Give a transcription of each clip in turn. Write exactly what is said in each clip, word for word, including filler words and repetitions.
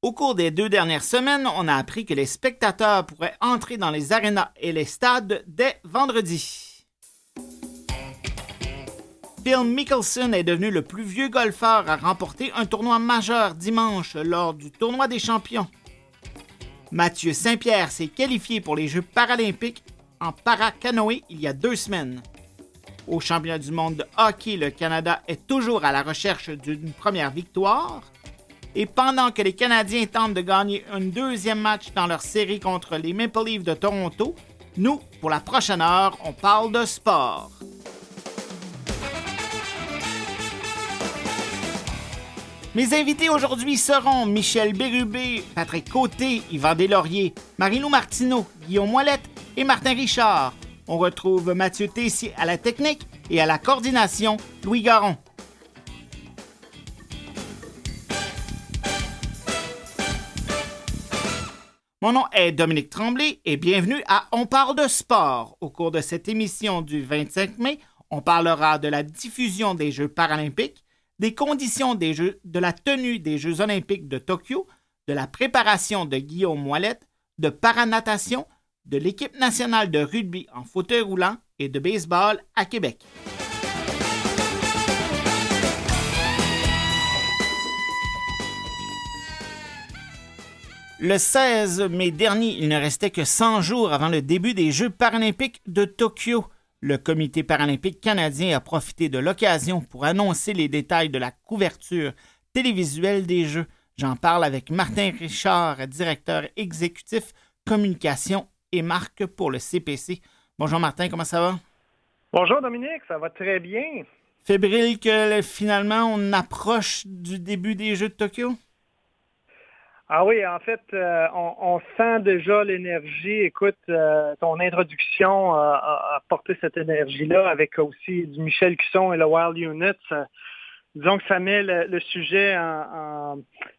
Au cours des deux dernières semaines, on a appris que les spectateurs pourraient entrer dans les arénas et les stades dès vendredi. Phil Mickelson est devenu le plus vieux golfeur à remporter un tournoi majeur dimanche lors du tournoi des champions. Mathieu Saint-Pierre s'est qualifié pour les Jeux paralympiques en para-canoë il y a deux semaines. Au championnat du monde de hockey, le Canada est toujours à la recherche d'une première victoire. Et pendant que les Canadiens tentent de gagner un deuxième match dans leur série contre les Maple Leafs de Toronto, nous, pour la prochaine heure, on parle de sport. Mes invités aujourd'hui seront Michel Bérubé, Patrick Côté, Yvan Deslauriers, Marie-Lou Martineau, Guillaume Ouellette et Martin Richard. On retrouve Mathieu Tessier à la technique et à la coordination, Louis Garon. Mon nom est Dominique Tremblay et bienvenue à On parle de sport. Au cours de cette émission du vingt-cinq mai, on parlera de la diffusion des Jeux paralympiques, des conditions des Jeux, de la tenue des Jeux olympiques de Tokyo, de la préparation de Guillaume Ouellette, de paranatation, de l'équipe nationale de rugby en fauteuil roulant et de baseball à Québec. Le seize mai dernier, il ne restait que cent jours avant le début des Jeux paralympiques de Tokyo. Le Comité paralympique canadien a profité de l'occasion pour annoncer les détails de la couverture télévisuelle des Jeux. J'en parle avec Martin Richard, directeur exécutif communication et marque pour le C P C. Bonjour Martin, comment ça va? Bonjour Dominique, ça va très bien. Fébrile que finalement on approche du début des Jeux de Tokyo? Ah oui, en fait, euh, on, on sent déjà l'énergie. Écoute, euh, ton introduction euh, a apporté cette énergie-là avec aussi du Michel Cusson et le Wild Units. Euh, disons que ça met le, le sujet en, en,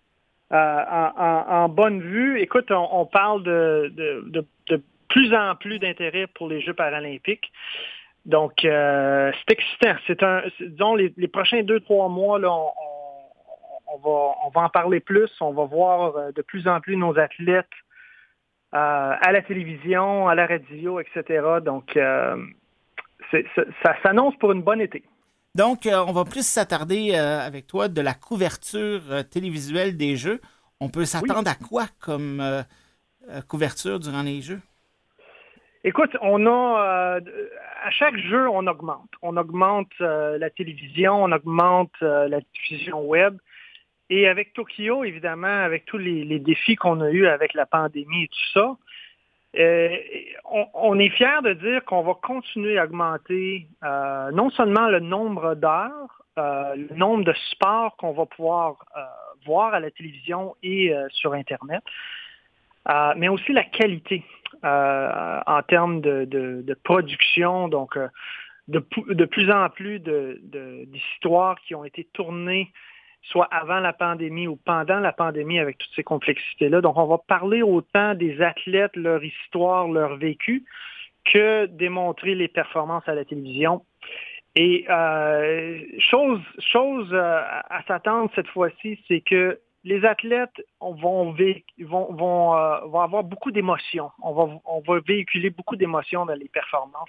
en, en, en bonne vue. Écoute, on, on parle de, de, de, de plus en plus d'intérêt pour les Jeux paralympiques. Donc, euh, c'est excitant. C'est un, c'est, disons, les, les prochains deux, trois mois, là, on, on On va, on va en parler plus. On va voir de plus en plus nos athlètes euh, à la télévision, à la radio, et cetera. Donc, euh, c'est, ça, ça s'annonce pour une bonne été. Donc, euh, on va plus s'attarder euh, avec toi de la couverture euh, télévisuelle des Jeux. On peut s'attendre oui. à quoi comme euh, euh, couverture durant les Jeux? Écoute, on a euh, à chaque jeu, on augmente. On augmente euh, la télévision, on augmente euh, la diffusion web. Et avec Tokyo, évidemment, avec tous les, les défis qu'on a eus avec la pandémie et tout ça, euh, on, on est fiers de dire qu'on va continuer à augmenter euh, non seulement le nombre d'heures, euh, le nombre de sports qu'on va pouvoir euh, voir à la télévision et euh, sur Internet, euh, mais aussi la qualité euh, en termes de, de, de production. Donc, euh, de, de plus en plus de, de, d'histoires qui ont été tournées soit avant la pandémie ou pendant la pandémie avec toutes ces complexités-là. Donc, on va parler autant des athlètes, leur histoire, leur vécu, que démontrer les performances à la télévision. Et euh, chose, chose euh, à s'attendre cette fois-ci, c'est que les athlètes vont, vé- vont, vont, euh, vont avoir beaucoup d'émotions. On va, on va véhiculer beaucoup d'émotions dans les performances.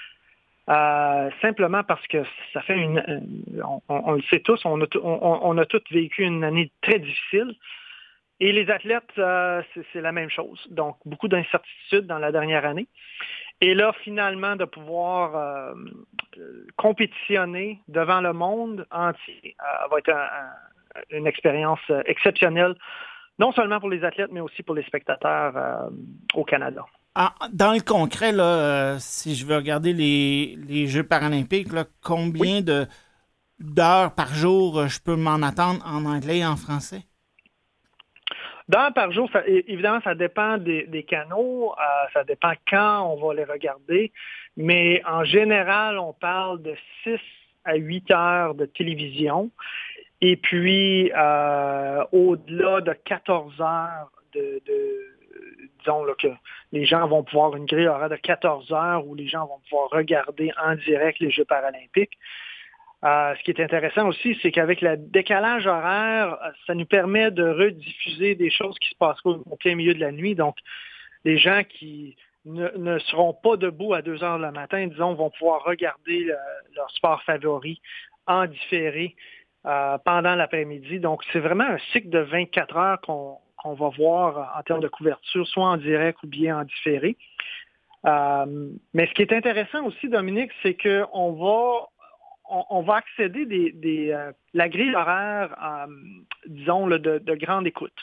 Euh, simplement parce que ça fait une, on, on, on le sait tous, on a, on, on a tous vécu une année très difficile. Et les athlètes, euh, c'est, c'est la même chose. Donc, beaucoup d'incertitudes dans la dernière année. Et là, finalement, de pouvoir euh, compétitionner devant le monde entier euh, va être un, un, une expérience exceptionnelle, non seulement pour les athlètes, mais aussi pour les spectateurs euh, au Canada. Ah, dans le concret, là, euh, si je veux regarder les, les Jeux paralympiques, là, combien oui. de, d'heures par jour euh, je peux m'en attendre en anglais et en français? D'heures par jour, ça, évidemment, ça dépend des, des canaux, euh, ça dépend quand on va les regarder, mais en général, on parle de six à huit heures de télévision et puis euh, au-delà de quatorze heures de... de disons là, que les gens vont pouvoir, une grille horaire de quatorze heures où les gens vont pouvoir regarder en direct les Jeux paralympiques. Euh, ce qui est intéressant aussi, c'est qu'avec le décalage horaire, ça nous permet de rediffuser des choses qui se passeront au plein milieu de la nuit. Donc, les gens qui ne, ne seront pas debout à deux heures le matin, disons, vont pouvoir regarder le, leur sport favori en différé euh, pendant l'après-midi. Donc, c'est vraiment un cycle de vingt-quatre heures qu'on, qu'on va voir en termes de couverture, soit en direct ou bien en différé. Euh, mais ce qui est intéressant aussi, Dominique, c'est qu'on va On, on va accéder des, des euh, la grille horaire, euh, disons, là, de, de grande écoute.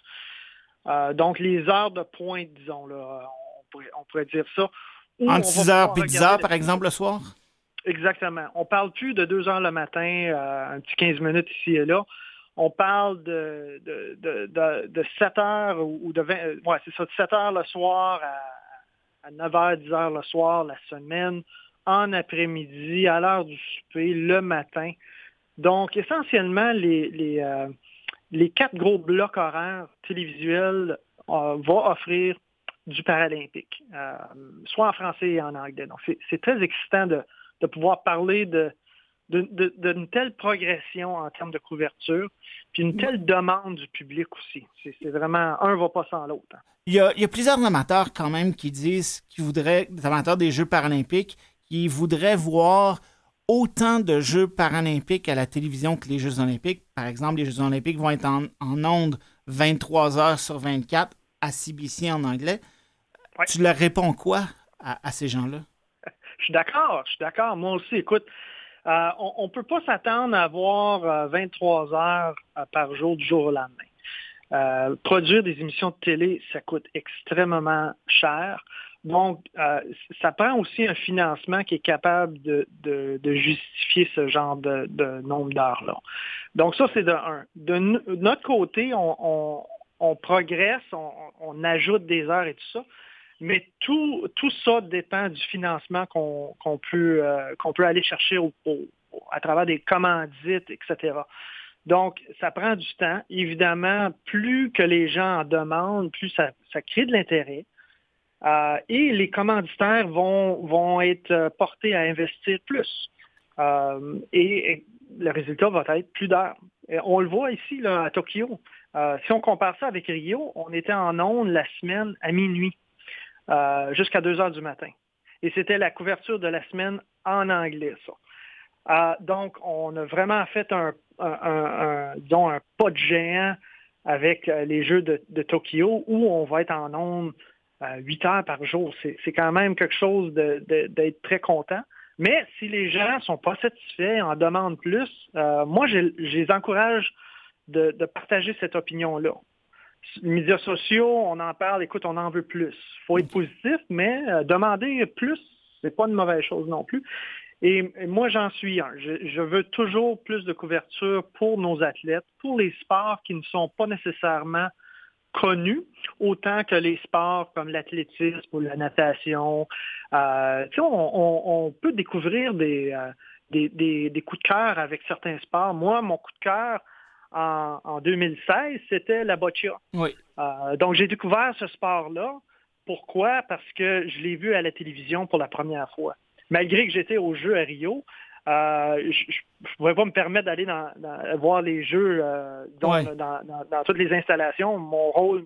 Euh, donc, les heures de pointe, disons, là, on, pourrait, on pourrait dire ça. Entre six heures et dix heures, par exemple, le soir? Exactement. On ne parle plus de deux heures le matin, euh, un petit quinze minutes ici et là. On parle de, de, de, de, de sept heures ou de vingt, euh, ouais, c'est ça, de sept heures le soir à, à neuf heures, dix heures le soir, la semaine, en après-midi, à l'heure du souper, le matin. Donc, essentiellement, les, les, euh, les quatre gros blocs horaires télévisuels euh, vont offrir du paralympique, euh, soit en français et en anglais. Donc, c'est, c'est très excitant de, de pouvoir parler de, de, de, d'une telle progression en termes de couverture, puis une telle demande du public aussi. C'est, c'est vraiment, un ne va pas sans l'autre. Hein. Il y a, il y a plusieurs amateurs quand même qui disent qu'ils voudraient, des amateurs des Jeux paralympiques, qui voudraient voir autant de Jeux paralympiques à la télévision que les Jeux olympiques. Par exemple, les Jeux olympiques vont être en, en ondes vingt-trois heures sur vingt-quatre à C B C en anglais. Ouais. Tu leur réponds quoi à, à ces gens-là? Je suis d'accord, je suis d'accord. Moi aussi, écoute, euh, on ne peut pas s'attendre à avoir euh, vingt-trois heures euh, par jour du jour au lendemain. Euh, produire des émissions de télé, ça coûte extrêmement cher. Donc, euh, ça prend aussi un financement qui est capable de, de, de justifier ce genre de, de nombre d'heures-là. Donc, ça, c'est de un. De, de notre côté, on, on, on progresse, on, on ajoute des heures et tout ça, mais tout, tout ça dépend du financement qu'on, qu'on, peut, euh, qu'on peut aller chercher au, au, à travers des commandites, et cetera. Donc, ça prend du temps. Évidemment, plus que les gens en demandent, plus ça, ça crée de l'intérêt. Euh, et les commanditaires vont, vont être portés à investir plus. Euh, et, et le résultat va être plus d'heures. Et on le voit ici là, à Tokyo. Euh, si on compare ça avec Rio, on était en ondes la semaine à minuit, euh, jusqu'à deux heures du matin. Et c'était la couverture de la semaine en anglais, ça. Euh, donc, on a vraiment fait un, un, un, un, disons, un pas de géant avec les Jeux de, de Tokyo où on va être en ondes huit heures par jour. C'est, c'est quand même quelque chose de, de, d'être très content. Mais si les gens ne sont pas satisfaits, en demandent plus, euh, moi, je, je les encourage de, de partager cette opinion-là. Les médias sociaux, on en parle, écoute, on en veut plus. Il faut être positif, mais euh, demander plus, c'est pas une mauvaise chose non plus. Et, et moi, j'en suis un. Je, je veux toujours plus de couverture pour nos athlètes, pour les sports qui ne sont pas nécessairement connus, autant que les sports comme l'athlétisme ou la natation. Euh, tu sais, on, on, on peut découvrir des, euh, des, des, des coups de cœur avec certains sports. Moi, mon coup de cœur en, en deux mille seize, c'était la boccia. Oui. Euh, donc, j'ai découvert ce sport-là. Pourquoi? Parce que je l'ai vu à la télévision pour la première fois. Malgré que j'étais aux Jeux à Rio, euh, je ne pouvais pas me permettre d'aller dans, dans, voir les Jeux euh, donc, ouais. dans, dans, dans toutes les installations. Mon rôle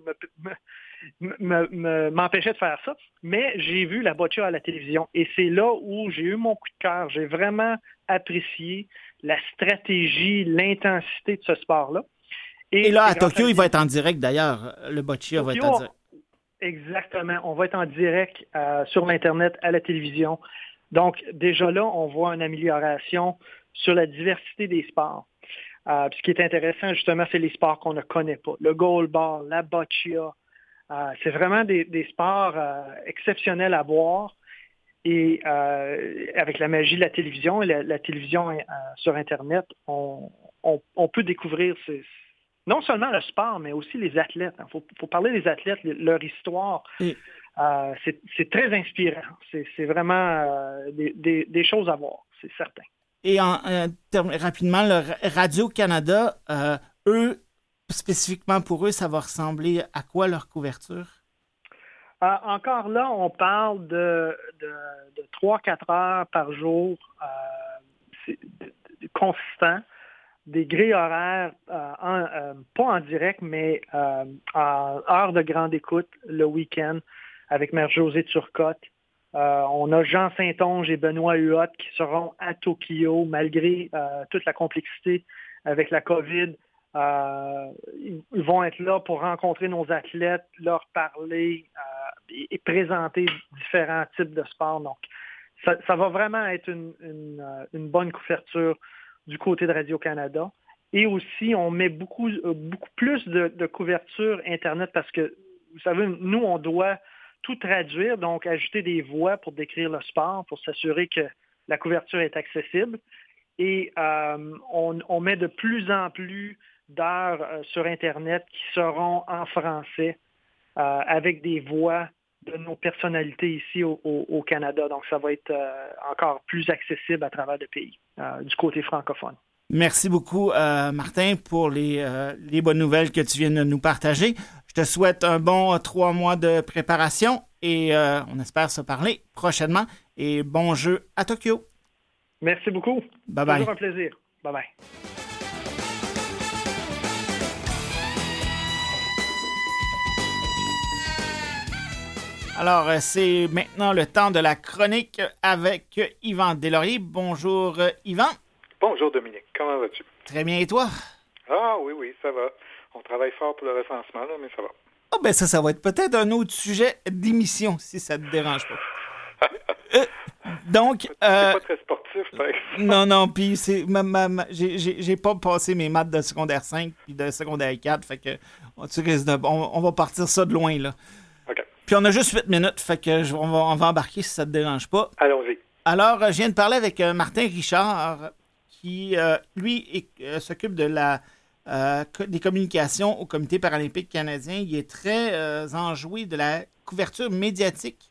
me, me, me, m'empêchait de faire ça. Mais j'ai vu la boccia à la télévision. Et c'est là où j'ai eu mon coup de cœur. J'ai vraiment apprécié la stratégie, l'intensité de ce sport-là. Et, Et là, à Tokyo, à... il va être en direct d'ailleurs. Le boccia va être en direct. Exactement. On va être en direct euh, sur l'Internet, à la télévision. Donc, déjà là, on voit une amélioration sur la diversité des sports. Euh, ce qui est intéressant, justement, c'est les sports qu'on ne connaît pas. Le goalball, la boccia. Euh, c'est vraiment des, des sports euh, exceptionnels à voir. Et euh, avec la magie de la télévision et la, la télévision euh, sur Internet, on, on, on peut découvrir ces, non seulement le sport, mais aussi les athlètes. Il faut, faut parler des athlètes, leur histoire. Et... Euh, c'est, c'est très inspirant. C'est, c'est vraiment euh, des, des, des choses à voir, c'est certain. Et en, euh, rapidement, le Radio-Canada, euh, eux, spécifiquement pour eux, ça va ressembler à quoi leur couverture? Euh, encore là, on parle de, de, de trois à quatre heures par jour. Euh, c'est, consistant, des grilles horaires, euh, en, euh, pas en direct, mais euh, en heure de grande écoute le week-end avec Mère Josée Turcotte. Euh, on a Jean Saint-Onge et Benoît Huot qui seront à Tokyo malgré euh, toute la complexité avec la COVID. Euh, ils vont être là pour rencontrer nos athlètes, leur parler euh, et, et présenter différents types de sports. Donc, ça, ça va vraiment être une, une, une bonne couverture du côté de Radio-Canada. Et aussi, on met beaucoup, beaucoup plus de, de couverture Internet parce que, vous savez, nous, on doit tout traduire, donc ajouter des voix pour décrire le sport, pour s'assurer que la couverture est accessible. Et euh, on, on met de plus en plus d'heures euh, sur Internet qui seront en français euh, avec des voix de nos personnalités ici au, au, au Canada. Donc, ça va être euh, encore plus accessible à travers le pays, euh, du côté francophone. Merci beaucoup, euh, Martin, pour les, euh, les bonnes nouvelles que tu viens de nous partager. Je te souhaite un bon euh, trois mois de préparation et euh, on espère se parler prochainement. Et bon jeu à Tokyo. Merci beaucoup. Bye bye. Toujours un plaisir. Bye bye. Alors, c'est maintenant le temps de la chronique avec Yvan Deslauriers. Bonjour, Yvan. Bonjour, Dominique. Comment vas-tu? Très bien, et toi? Ah oui, oui, ça va. On travaille fort pour le recensement, là, mais ça va. Ah oh, ben ça, ça va être peut-être un autre sujet d'émission, si ça te dérange pas. euh, donc... C'est euh, pas très sportif, par exemple. Non, non, puis c'est... Ma, ma, ma, j'ai, j'ai, j'ai pas passé mes maths de secondaire cinq puis de secondaire quatre, fait que... Tu risques de, on, on va partir ça de loin, là. OK. Puis on a juste huit minutes, fait que je, on, va, on va embarquer si ça te dérange pas. Allons-y. Alors, je viens de parler avec euh, Martin Richard, qui, euh, lui, est, euh, s'occupe de la, euh, des communications au Comité paralympique canadien. Il est très euh, enjoué de la couverture médiatique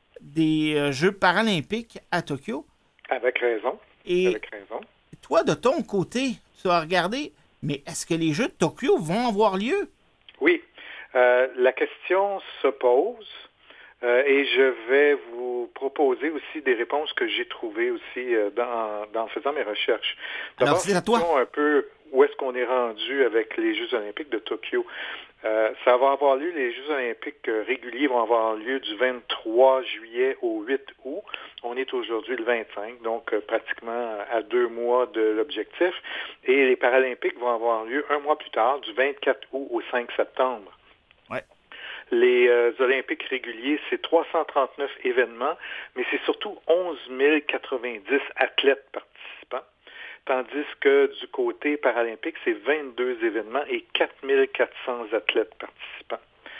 des euh, Jeux paralympiques à Tokyo. Avec raison. Et avec raison. Toi, de ton côté, tu as regardé, mais est-ce que les Jeux de Tokyo vont avoir lieu? Oui. Euh, la question se pose euh, et je vais vous proposer aussi des réponses que j'ai trouvées aussi euh, dans, dans faisant mes recherches. D'abord, Alors, c'est à toi. un peu où est-ce qu'on est rendu avec les Jeux olympiques de Tokyo. Euh, ça va avoir lieu, les Jeux olympiques réguliers vont avoir lieu du vingt-trois juillet au huit août. On est aujourd'hui le vingt-cinq, donc euh, pratiquement à deux mois de l'objectif. Et les Paralympiques vont avoir lieu un mois plus tard, du vingt-quatre août au cinq septembre. Ouais. Les euh, Olympiques réguliers, c'est trois cent trente-neuf événements, mais c'est surtout onze mille quatre-vingt-dix athlètes participants. Tandis que du côté paralympique, c'est vingt-deux événements et quatre mille quatre cents athlètes participants.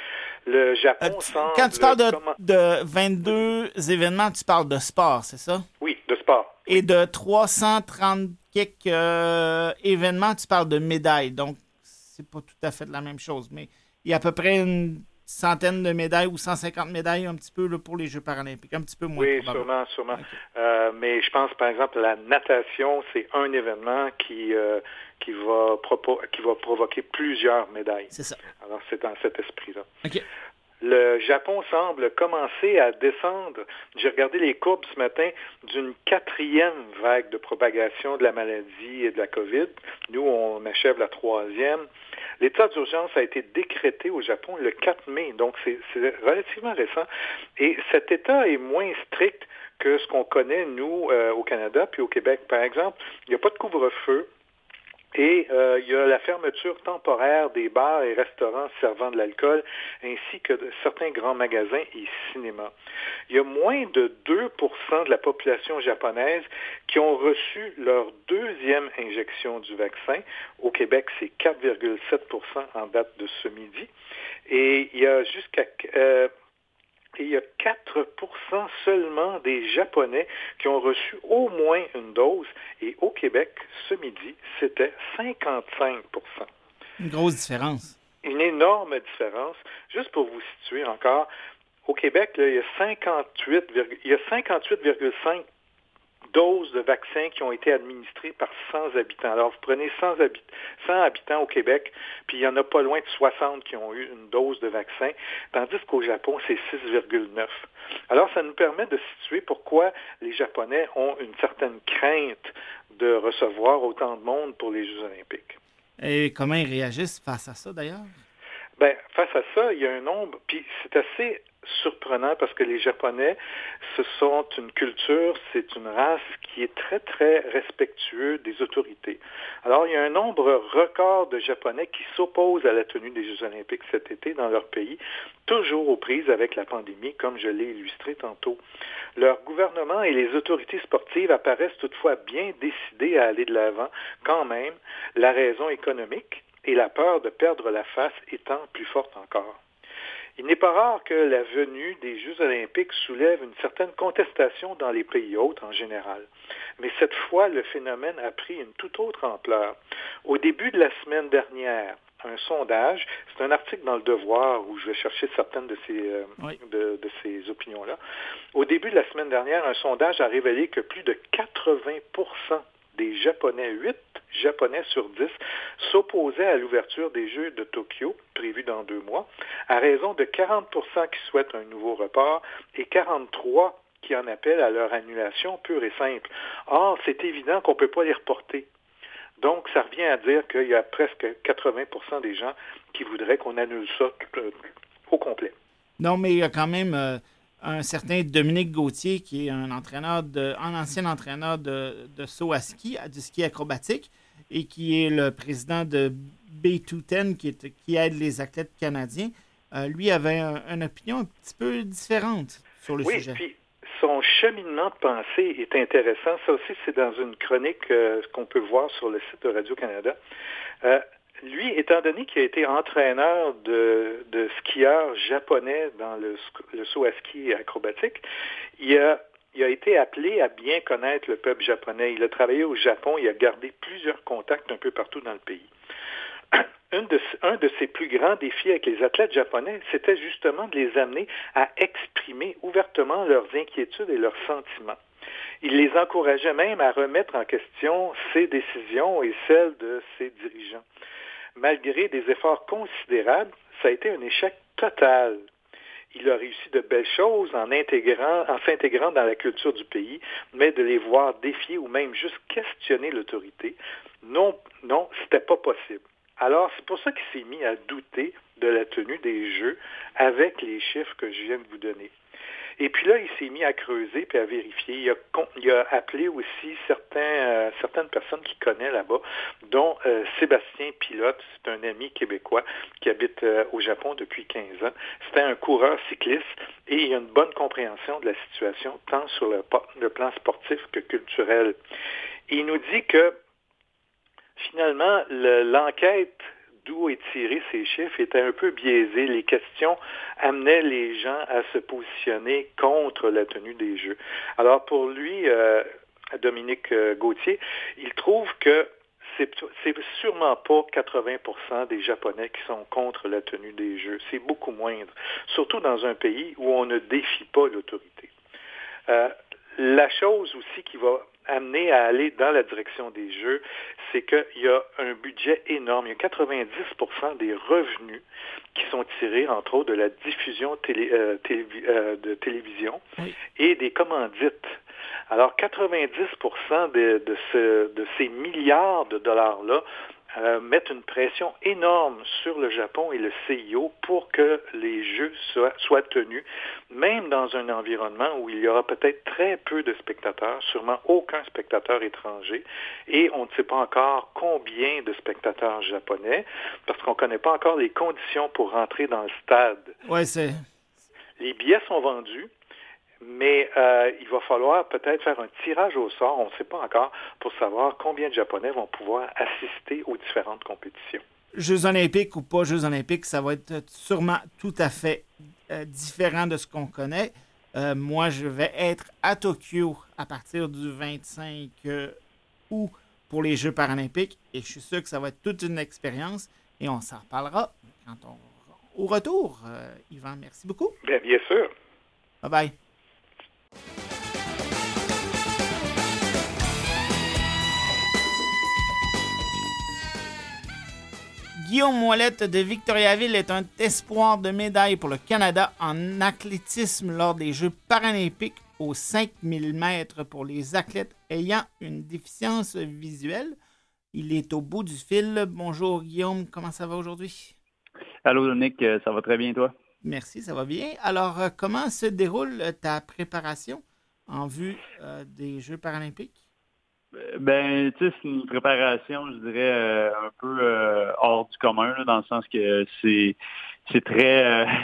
Le Japon euh, tu, semble... Quand tu parles de, comment... de vingt-deux événements, tu parles de sport, c'est ça? Oui, de sport. Et de trois cent trente quelques euh, événements, tu parles de médailles. Donc, c'est pas tout à fait la même chose. Mais il y a à peu près une centaine de médailles ou cent cinquante médailles un petit peu là, pour les Jeux paralympiques. Un petit peu moins. Oui, probablement. sûrement, sûrement. Okay. Euh, mais je pense, par exemple, la natation, c'est un événement qui, euh, qui, va, propo- qui va provoquer plusieurs médailles. C'est ça. Alors, c'est dans cet esprit-là. OK. Le Japon semble commencer à descendre. J'ai regardé les courbes ce matin d'une quatrième vague de propagation de la maladie et de la COVID. Nous, on achève la troisième. L'état d'urgence a été décrété au Japon le quatre mai, donc c'est, c'est relativement récent. Et cet état est moins strict que ce qu'on connaît, nous, euh, au Canada, puis au Québec, par exemple. Il n'y a pas de couvre-feu. Et euh, il y a la fermeture temporaire des bars et restaurants servant de l'alcool, ainsi que de certains grands magasins et cinémas. Il y a moins de deux pour cent de la population japonaise qui ont reçu leur deuxième injection du vaccin. Au Québec, c'est quatre virgule sept pour cent en date de ce midi. Et il y a jusqu'à... Euh, Et il y a quatre pour cent seulement des Japonais qui ont reçu au moins une dose. Et au Québec, ce midi, c'était cinquante-cinq pour cent. Une grosse différence. Une énorme différence. Juste pour vous situer encore, au Québec, là, il y a cinquante-huit, il y a cinquante-huit virgule cinq doses de vaccins qui ont été administrées par cent habitants. Alors, vous prenez cent, habit- cent habitants au Québec, puis il y en a pas loin de soixante qui ont eu une dose de vaccin, tandis qu'au Japon, c'est six virgule neuf. Alors, ça nous permet de situer pourquoi les Japonais ont une certaine crainte de recevoir autant de monde pour les Jeux olympiques. Et comment ils réagissent face à ça, d'ailleurs? Bien, face à ça, il y a un nombre, puis c'est assez surprenant parce que les Japonais, ce sont une culture, c'est une race qui est très, très respectueux des autorités. Alors, il y a un nombre record de Japonais qui s'opposent à la tenue des Jeux olympiques cet été dans leur pays, toujours aux prises avec la pandémie, comme je l'ai illustré tantôt. Leur gouvernement et les autorités sportives apparaissent toutefois bien décidés à aller de l'avant, quand même, la raison économique et la peur de perdre la face étant plus forte encore. Il n'est pas rare que la venue des Jeux olympiques soulève une certaine contestation dans les pays hôtes en général. Mais cette fois, le phénomène a pris une toute autre ampleur. Au début de la semaine dernière, un sondage, c'est un article dans Le Devoir où je vais chercher certaines de ces, euh, oui. de, de ces opinions-là. Au début de la semaine dernière, un sondage a révélé que plus de quatre-vingts pour cent des Japonais, huit Japonais sur dix, s'opposaient à l'ouverture des Jeux de Tokyo, prévus dans deux mois, à raison de quarante pour cent qui souhaitent un nouveau report et quarante-trois pour cent qui en appellent à leur annulation pure et simple. Or, c'est évident qu'on ne peut pas les reporter. Donc, ça revient à dire qu'il y a presque quatre-vingts pour cent des gens qui voudraient qu'on annule ça tout, euh, au complet. Non, mais il y a quand même... Euh... un certain Dominique Gauthier, qui est un entraîneur de, un ancien entraîneur de, de saut à ski, du ski acrobatique, et qui est le président de B deux dix, qui, est, qui aide les athlètes canadiens. Euh, lui avait un, une opinion un petit peu différente sur le oui, sujet. Puis son cheminement de pensée est intéressant. Ça aussi, c'est dans une chronique euh, qu'on peut voir sur le site de Radio-Canada. Euh, Lui, étant donné qu'il a été entraîneur de, de skieurs japonais dans le, le saut à ski acrobatique, il a, il a été appelé à bien connaître le peuple japonais. Il a travaillé au Japon, il a gardé plusieurs contacts un peu partout dans le pays. Une de, un de ses plus grands défis avec les athlètes japonais, c'était justement de les amener à exprimer ouvertement leurs inquiétudes et leurs sentiments. Il les encourageait même à remettre en question ses décisions et celles de ses dirigeants. Malgré des efforts considérables, ça a été un échec total. Il a réussi de belles choses en, intégrant, en s'intégrant dans la culture du pays, mais de les voir défier ou même juste questionner l'autorité, non, non, c'était pas possible. Alors, c'est pour ça qu'il s'est mis à douter de la tenue des Jeux avec les chiffres que je viens de vous donner. Et puis là, il s'est mis à creuser puis à vérifier. Il a, il a appelé aussi certains, euh, certaines personnes qu'il connaît là-bas, dont euh, Sébastien Pilote, c'est un ami québécois qui habite euh, au Japon depuis quinze ans. C'était un coureur cycliste et il a une bonne compréhension de la situation, tant sur le, le plan sportif que culturel. Et il nous dit que finalement, le, l'enquête d'où est tiré ces chiffres était un peu biaisé. Les questions amenaient les gens à se positionner contre la tenue des Jeux. Alors pour lui, euh, Dominique Gauthier, il trouve que c'est, c'est sûrement pas quatre-vingts pour cent des Japonais qui sont contre la tenue des Jeux. C'est beaucoup moindre, surtout dans un pays où on ne défie pas l'autorité. Euh, la chose aussi qui va amener à aller dans la direction des Jeux, c'est qu'il y a un budget énorme. Il y a quatre-vingt-dix pour cent des revenus qui sont tirés, entre autres, de la diffusion télé, euh, télé, euh, de télévision oui. et des commandites. Alors, quatre-vingt-dix pour cent de, de, ce, de ces milliards de dollars-là euh, mettent une pression énorme sur le Japon et le C I O pour que les Jeux soient, soient tenus, même dans un environnement où il y aura peut-être très peu de spectateurs, sûrement aucun spectateur étranger, et on ne sait pas encore combien de spectateurs japonais, parce qu'on ne connaît pas encore les conditions pour rentrer dans le stade. Ouais, c'est... Les billets sont vendus, mais euh, il va falloir peut-être faire un tirage au sort, on ne sait pas encore, pour savoir combien de Japonais vont pouvoir assister aux différentes compétitions. Jeux olympiques ou pas Jeux olympiques, ça va être sûrement tout à fait euh, différent de ce qu'on connaît. Euh, moi, je vais être à Tokyo à partir du vingt-cinq août pour les Jeux paralympiques et je suis sûr que ça va être toute une expérience et on s'en reparlera quand on... au retour. Euh, Yvan, merci beaucoup. Bien, bien sûr. Bye-bye. Guillaume Ouellette de Victoriaville est un espoir de médaille pour le Canada en athlétisme lors des Jeux paralympiques aux cinq mille mètres pour les athlètes ayant une déficience visuelle. Il est au bout du fil. Bonjour Guillaume, comment ça va aujourd'hui? Allô Nick, ça va très bien toi? Merci, ça va bien. Alors, euh, comment se déroule ta préparation en vue euh, des Jeux paralympiques? Ben, tu sais, c'est une préparation, je dirais, euh, un peu euh, hors du commun, là, dans le sens que c'est c'est très... Euh,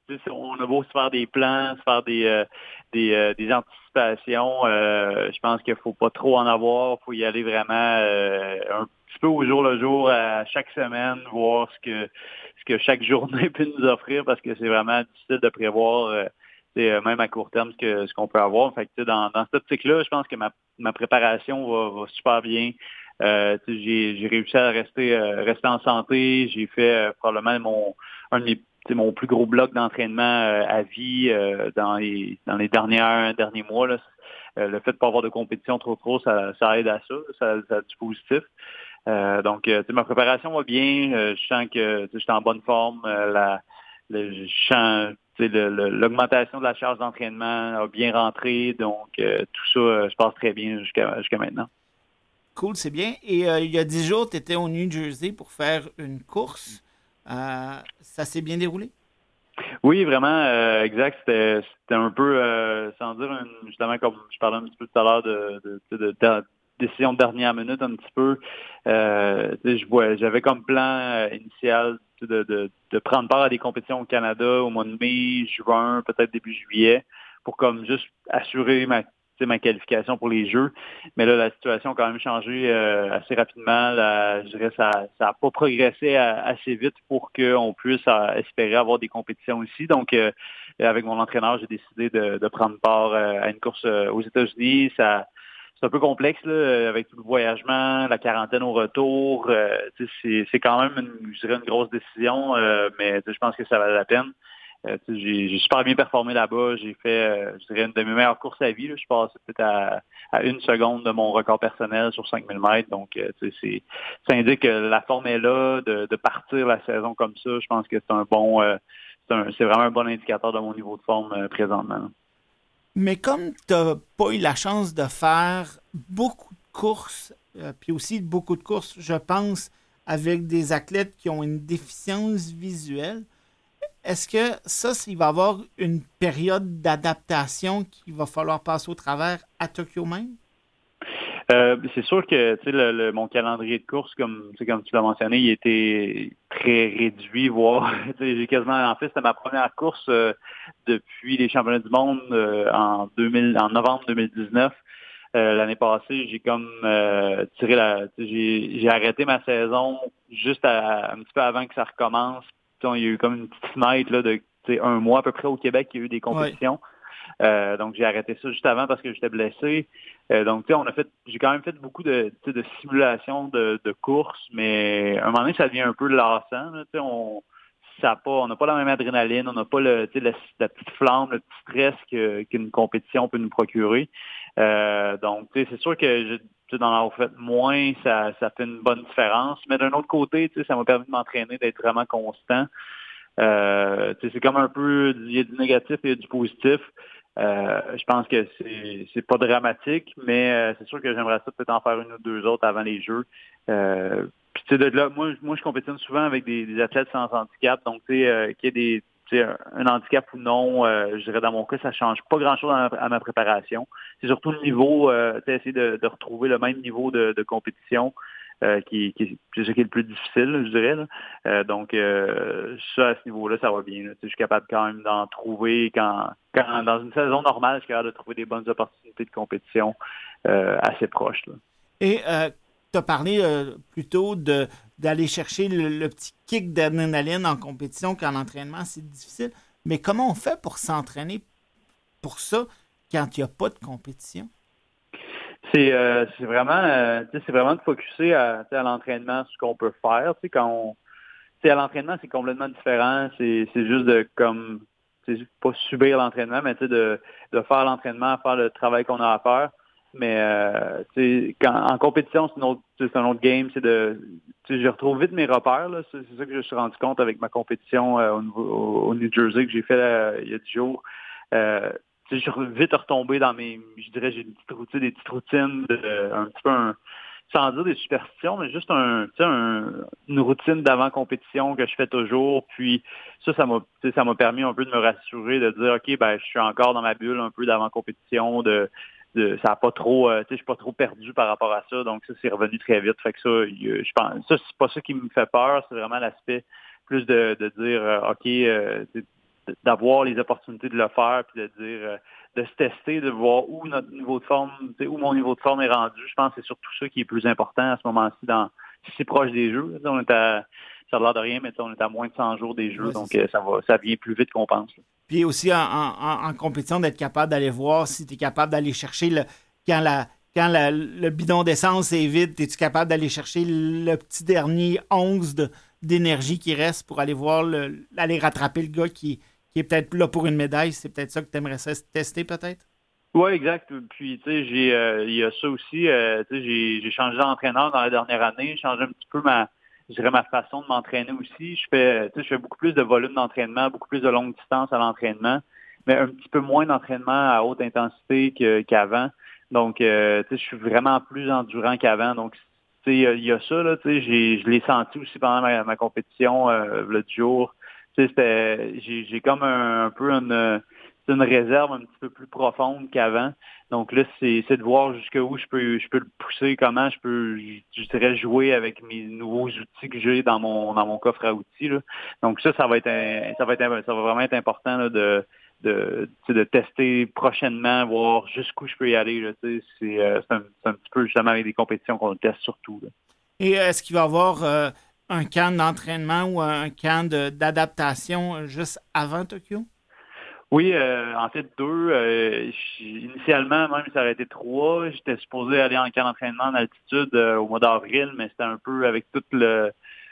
on a beau se faire des plans, se faire des euh, des, euh, des anticipations. Euh, je pense qu'il faut pas trop en avoir. Il faut y aller vraiment euh, un petit peu au jour le jour, à chaque semaine, voir ce que ce que chaque journée peut nous offrir, parce que c'est vraiment difficile de prévoir. Euh, C'est même à court terme ce que ce qu'on peut avoir. Fait que, dans, dans cette optique-là, je pense que ma, ma préparation va, va super bien. Euh, j'ai, j'ai réussi à rester euh, rester en santé. J'ai fait euh, probablement mon un de mes, mon plus gros bloc d'entraînement euh, à vie euh, dans les dans les dernières derniers mois. Là. Euh, le fait de ne pas avoir de compétition trop trop, ça, ça aide à ça. Ça, ça a du positif. Euh, donc, euh, ma préparation va bien. Euh, je sens que je suis en bonne forme. Euh, la, le, je sens le, le, l'augmentation de la charge d'entraînement a bien rentré. Donc, euh, tout ça, euh, je passe très bien jusqu'à, jusqu'à maintenant. Cool, c'est bien. Et euh, il y a dix jours, tu étais au New Jersey pour faire une course. Euh, ça s'est bien déroulé? Oui, vraiment, euh, exact. C'était, c'était un peu, euh, sans dire, une, justement, comme je parlais un petit peu tout à l'heure de, de, de, de, de décision de dernière minute, un petit peu. Euh, je vois, j'avais comme plan euh, initial de, de, de prendre part à des compétitions au Canada au mois de mai, juin, peut-être début juillet, pour comme juste assurer ma ma qualification pour les Jeux. Mais là, la situation a quand même changé euh, assez rapidement. Là, je dirais que ça n'a pas progressé à, assez vite pour qu'on puisse à, espérer avoir des compétitions ici. Donc, euh, avec mon entraîneur, j'ai décidé de, de prendre part euh, à une course euh, aux États-Unis. Ça, c'est un peu complexe là, avec tout le voyagement, la quarantaine au retour. Euh, c'est, c'est quand même, une, je dirais, une grosse décision, euh, mais je pense que ça valait la peine. Euh, j'ai, j'ai super bien performé là-bas. J'ai fait, euh, je dirais, une de mes meilleures courses à vie. Là. Je suis passé peut-être à, à une seconde de mon record personnel sur cinq mille mètres. Donc, euh, c'est, ça indique que la forme est là, de, de partir la saison comme ça. Je pense que c'est un bon, euh, c'est, un, c'est vraiment un bon indicateur de mon niveau de forme euh, présentement. Mais comme tu n'as pas eu la chance de faire beaucoup de courses, euh, puis aussi beaucoup de courses, je pense, avec des athlètes qui ont une déficience visuelle, est-ce que ça, il va y avoir une période d'adaptation qu'il va falloir passer au travers à Tokyo même? Euh, c'est sûr que tu sais le, le, mon calendrier de course, comme comme tu l'as mentionné, il était très réduit, voire j'ai quasiment en fait c'était ma première course euh, depuis les championnats du monde euh, en deux mille en novembre deux mille dix-neuf. Euh, l'année passée, j'ai comme euh, tiré la j'ai, j'ai arrêté ma saison juste à, un petit peu avant que ça recommence. Il y a eu comme une petite fenêtre là, de un mois à peu près au Québec, il y a eu des compétitions. Ouais. Euh, donc j'ai arrêté ça juste avant parce que j'étais blessé. Euh, donc tu sais, on a fait, j'ai quand même fait beaucoup de, de simulations de, de courses, mais à un moment donné, ça devient un peu lassant. Là, on ça a pas, on n'a pas la même adrénaline, on n'a pas le, la, la petite flamme, le petit stress que, qu'une compétition peut nous procurer. Euh, donc tu sais, c'est sûr que je, d'en avoir fait moins, ça, ça fait une bonne différence. Mais d'un autre côté, tu sais, ça m'a permis de m'entraîner, d'être vraiment constant. Euh, c'est comme un peu, il y a du négatif et il y a du positif. Euh, je pense que c'est c'est pas dramatique, mais euh, c'est sûr que j'aimerais ça peut-être en faire une ou deux autres avant les Jeux. Euh, puis tu sais, de là, moi, moi, je compétitionne souvent avec des, des athlètes sans handicap, donc tu sais, euh, qu'il y ait des tu sais, un handicap ou non, euh, je dirais dans mon cas, ça change pas grand-chose à ma, à ma préparation. C'est surtout le niveau, euh, tu sais, essayer de, de retrouver le même niveau de, de compétition. Euh, qui, qui c'est ce qui est le plus difficile, je dirais. Là. Euh, donc, euh, ça, à ce niveau-là, ça va bien. Là. Je suis capable quand même d'en trouver quand, quand dans une saison normale, je suis capable de trouver des bonnes opportunités de compétition euh, assez proches. Là. Et euh, tu as parlé euh, plutôt de, d'aller chercher le, le petit kick d'adrénaline en compétition qu'en entraînement, c'est difficile. Mais comment on fait pour s'entraîner pour ça quand il n'y a pas de compétition? C'est, euh, c'est vraiment euh, c'est vraiment de focusser à, à l'entraînement ce qu'on peut faire. Quand on, à l'entraînement, c'est complètement différent. C'est, c'est juste de comme c'est pas subir l'entraînement, mais de, de faire l'entraînement, faire le travail qu'on a à faire. Mais euh, quand, en compétition, c'est, une autre, c'est un autre game. C'est de je retrouve vite mes repères. Là. C'est, c'est ça que je me suis rendu compte avec ma compétition euh, au, au, au New Jersey que j'ai fait là, il y a dix jours. Euh, je suis vite retombé dans mes, je dirais, j'ai une petite routine, des petites routines, de, un petit peu un, sans dire des superstitions, mais juste un, un, une routine d'avant-compétition que je fais toujours. Puis ça, ça m'a, ça m'a permis un peu de me rassurer, de dire, OK, ben je suis encore dans ma bulle un peu d'avant-compétition, de, de ça a pas trop, euh, tu sais, je suis pas trop perdu par rapport à ça. Donc ça, c'est revenu très vite. Fait que ça, je pense, ça, c'est pas ça qui me fait peur, c'est vraiment l'aspect plus de, de dire, euh, OK, euh, d'avoir les opportunités de le faire, puis de dire, euh, de se tester, de voir où notre niveau de forme, où mon niveau de forme est rendu. Je pense que c'est surtout ça qui est plus important à ce moment-ci, dans si c'est proche des jeux. On est à, ça a l'air de rien, mais on est à moins de cent jours des jeux, ouais, donc ça. ça va, ça vient plus vite qu'on pense. Là. Puis aussi en, en, en compétition, d'être capable d'aller voir si tu es capable d'aller chercher le quand la quand la, le bidon d'essence est vide, es-tu capable d'aller chercher le petit dernier once de, d'énergie qui reste pour aller voir le, aller rattraper le gars qui qui est peut-être là pour une médaille, c'est peut-être ça que tu aimerais tester, peut-être? Oui, exact. Puis, tu sais, j'ai, euh, il y a ça aussi. Euh, tu sais, j'ai, j'ai changé d'entraîneur dans la dernière année. J'ai changé un petit peu ma, je dirais, ma façon de m'entraîner aussi. Je fais, tu sais, je fais beaucoup plus de volume d'entraînement, beaucoup plus de longue distance à l'entraînement, mais un petit peu moins d'entraînement à haute intensité que, qu'avant. Donc, euh, tu sais, je suis vraiment plus endurant qu'avant. Donc, tu sais, il y a ça, là, tu sais, j'ai, je l'ai senti aussi pendant ma, ma compétition, euh, le jour. Tu sais, c'était, j'ai, j'ai comme un, un peu une, une réserve un petit peu plus profonde qu'avant. Donc là, c'est, c'est de voir jusqu'où je peux, je peux le pousser, comment je peux, je, je dirais, jouer avec mes nouveaux outils que j'ai dans mon, dans mon coffre à outils, là. Donc ça, ça va être, un, ça va être, un, ça va vraiment être important là, de, de, de tester prochainement, voir jusqu'où je peux y aller. Là, tu sais, c'est, euh, c'est, un, c'est un petit peu justement avec des compétitions qu'on teste surtout. Là. Et est-ce qu'il va y avoir euh... un camp d'entraînement ou un camp de, d'adaptation juste avant Tokyo? Oui, euh, en fait, deux. Euh, initialement, même, ça aurait été trois. J'étais supposé aller en camp d'entraînement en altitude euh, au mois d'avril, mais c'était un peu avec tout le,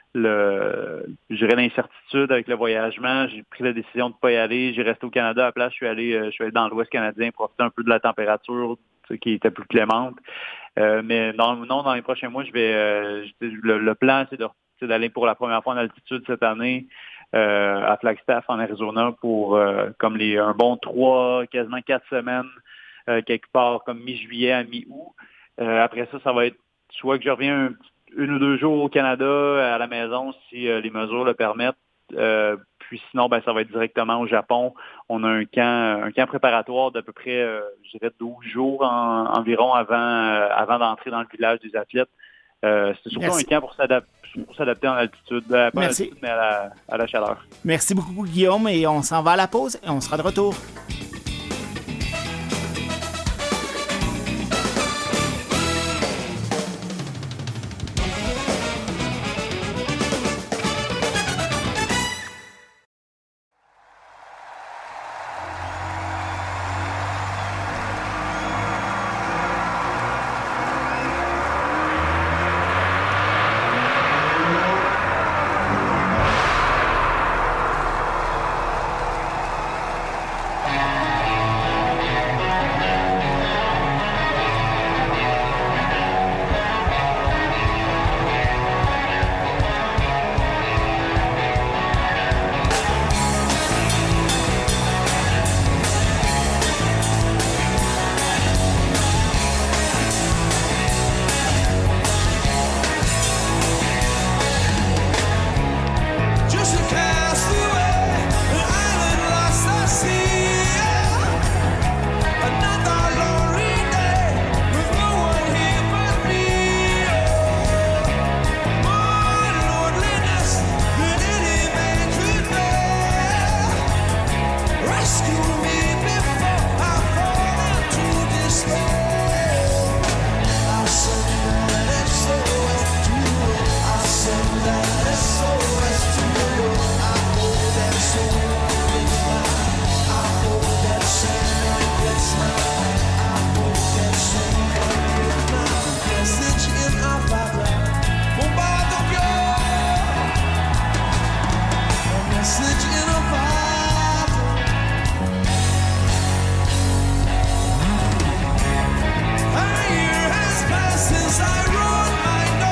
le je dirais l'incertitude avec le voyagement. J'ai pris la décision de ne pas y aller. J'ai resté au Canada à la place. Je suis allé, euh, je suis allé dans l'Ouest canadien, profiter un peu de la température qui était plus clémente. Euh, mais dans, non, dans les prochains mois, je vais euh, le, le plan, c'est de c'est d'aller pour la première fois en altitude cette année euh, à Flagstaff en Arizona pour euh, comme les un bon trois, quasiment quatre semaines, euh, quelque part comme mi-juillet à mi-août. Euh, après ça, ça va être soit que je reviens un, une ou deux jours au Canada à la maison si euh, les mesures le permettent. Euh, puis sinon, ben ça va être directement au Japon. On a un camp, un camp préparatoire d'à peu près, euh, je dirais, douze jours en, environ avant, euh, avant d'entrer dans le village des athlètes. Euh, c'est surtout Merci. un camp pour s'adapter, pour s'adapter en altitude, pas en altitude, mais à la, à la chaleur. Merci beaucoup, Guillaume, et on s'en va à la pause et on sera de retour.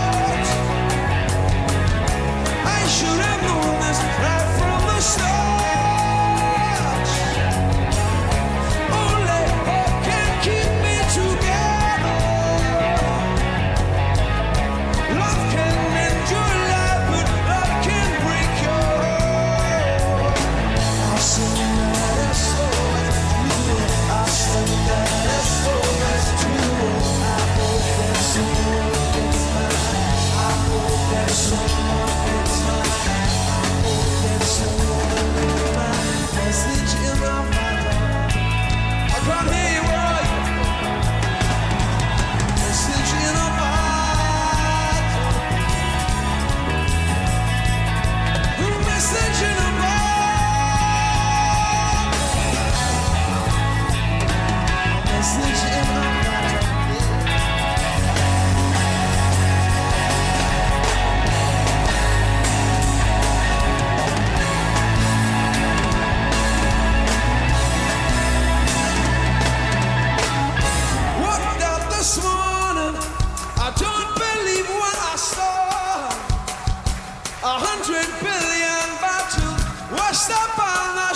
Should have known this right from the start.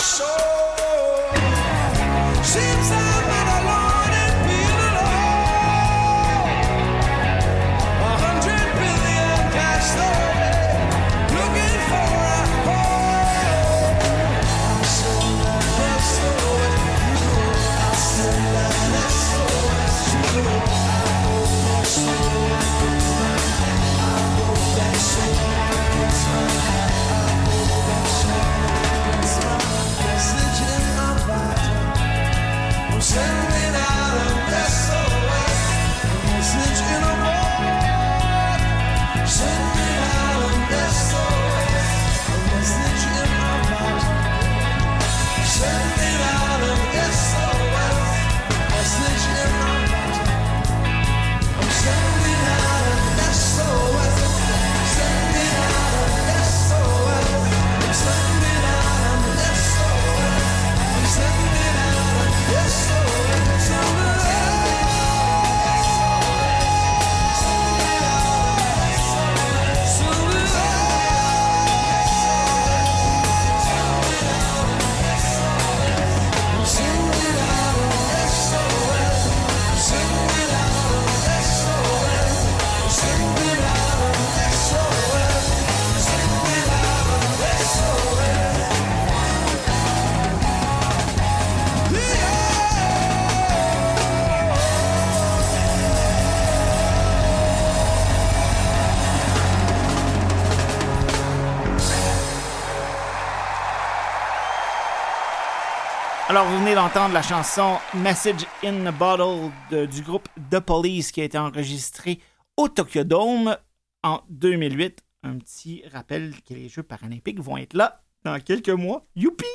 Alors, vous venez d'entendre la chanson Message in a Bottle de, du groupe The Police qui a été enregistrée au Tokyo Dome en deux mille huit. Un petit rappel que les Jeux paralympiques vont être là dans quelques mois. Youpi!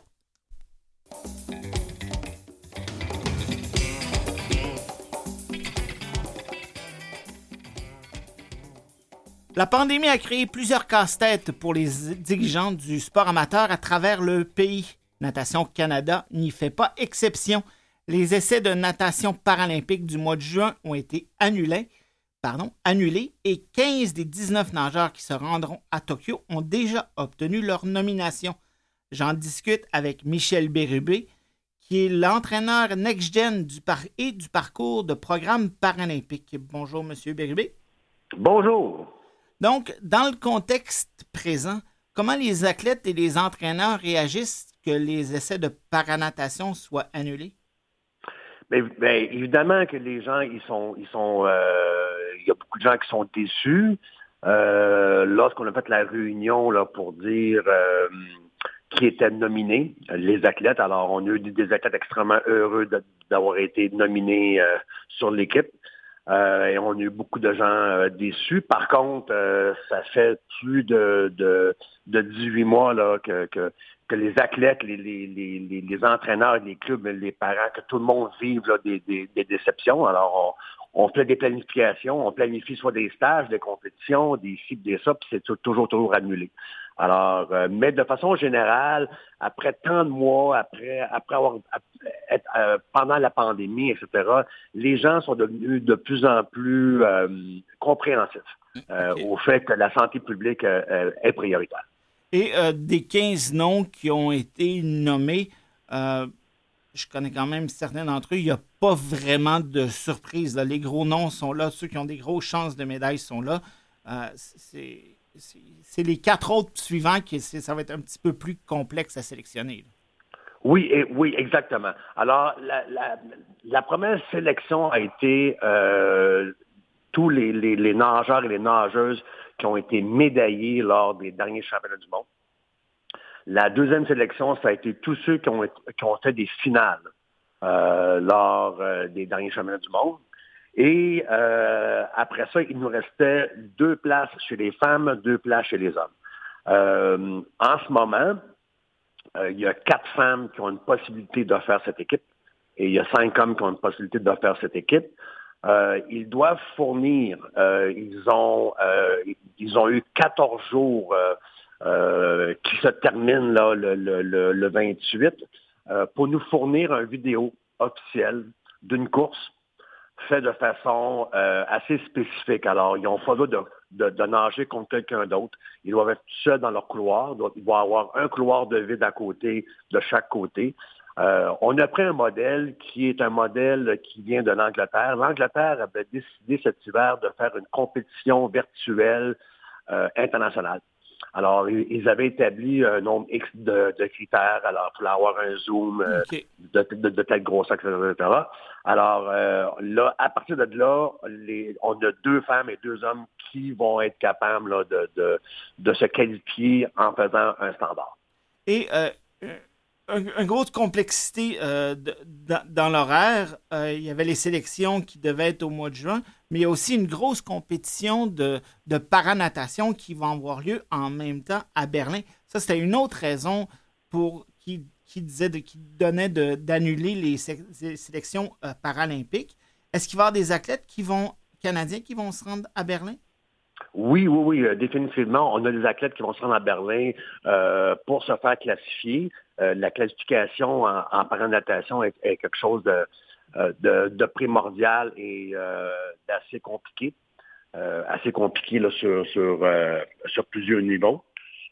La pandémie a créé plusieurs casse-têtes pour les dirigeants du sport amateur à travers le pays. Natation Canada n'y fait pas exception. Les essais de natation paralympique du mois de juin ont été annulés, pardon, annulés et quinze des dix-neuf nageurs qui se rendront à Tokyo ont déjà obtenu leur nomination. J'en discute avec Michel Bérubé, qui est l'entraîneur next-gen du par- et du parcours de programme paralympique. Bonjour, M. Bérubé. Bonjour. Donc, dans le contexte présent, comment les athlètes et les entraîneurs réagissent que les essais de paranatation soient annulés? Bien, bien, évidemment que les gens, ils sont, ils sont, euh, il y a beaucoup de gens qui sont déçus. Euh, lorsqu'on a fait la réunion là pour dire euh, qui étaient nominés, les athlètes. Alors, on a eu des athlètes extrêmement heureux de, d'avoir été nominés euh, sur l'équipe. Euh, et on a eu beaucoup de gens euh, déçus. Par contre, euh, ça fait plus de, de, de dix-huit mois là, que, que, que les athlètes, les, les, les, les entraîneurs, les clubs, les parents, que tout le monde vive là, des, des, des déceptions. Alors, on, on fait des planifications, on planifie soit des stages, des compétitions, des ci, des ça, puis c'est toujours, toujours annulé. Alors, euh, mais de façon générale, après tant de mois, après, après avoir être, euh, pendant la pandémie, et cetera, les gens sont devenus de plus en plus euh, compréhensifs euh, okay. au fait que la santé publique euh, est prioritaire. Et euh, des quinze noms qui ont été nommés, euh, je connais quand même certains d'entre eux, il n'y a pas vraiment de surprise. Là. Les gros noms sont là, ceux qui ont des grosses chances de médailles sont là. Euh, c'est... C'est, c'est les quatre autres suivants qui ça va être un petit peu plus complexe à sélectionner. Là. Oui, et, oui, exactement. Alors, la, la, la première sélection a été euh, tous les, les, les nageurs et les nageuses qui ont été médaillés lors des derniers championnats du monde. La deuxième sélection, ça a été tous ceux qui ont, qui ont fait des finales euh, lors euh, des derniers championnats du monde. Et euh, après ça, il nous restait deux places chez les femmes, deux places chez les hommes. Euh, en ce moment, euh, il y a quatre femmes qui ont une possibilité de faire cette équipe et il y a cinq hommes qui ont une possibilité de faire cette équipe. Euh, ils doivent fournir, euh, ils ont euh, ils ont eu quatorze jours euh, euh, qui se terminent là, le, le, le, le vingt-huit euh, pour nous fournir une vidéo officielle d'une course fait de façon euh, assez spécifique. Alors, ils n'ont pas besoin de, de, de nager contre quelqu'un d'autre. Ils doivent être seuls dans leur couloir. Il doit y avoir un couloir de vide à côté, de chaque côté. Euh, on a pris un modèle qui est un modèle qui vient de l'Angleterre. L'Angleterre avait décidé cet hiver de faire une compétition virtuelle euh, internationale. Alors, ils avaient établi un nombre X de, de critères. Alors, il fallait avoir un zoom euh, okay. de, de, de telle grosseur, et cetera. Alors, euh, là, à partir de là, les, on a deux femmes et deux hommes qui vont être capables là, de, de, de se qualifier en faisant un standard. Et euh, une un grosse complexité euh, de, dans, dans l'horaire, euh, il y avait les sélections qui devaient être au mois de juin, mais il y a aussi une grosse compétition de, de paranatation qui va avoir lieu en même temps à Berlin. Ça, c'était une autre raison pour qui, qui disait de, qui donnait de, d'annuler les, sé- les sélections euh, paralympiques. Est-ce qu'il va y avoir des athlètes qui vont, canadiens qui vont se rendre à Berlin? Oui, oui, oui, euh, définitivement. On a des athlètes qui vont se rendre à Berlin euh, pour se faire classifier. Euh, la classification en, en paranatation est, est quelque chose de, de, de primordial et euh, d'assez compliqué. Euh, assez compliqué là, sur, sur, euh, sur plusieurs niveaux.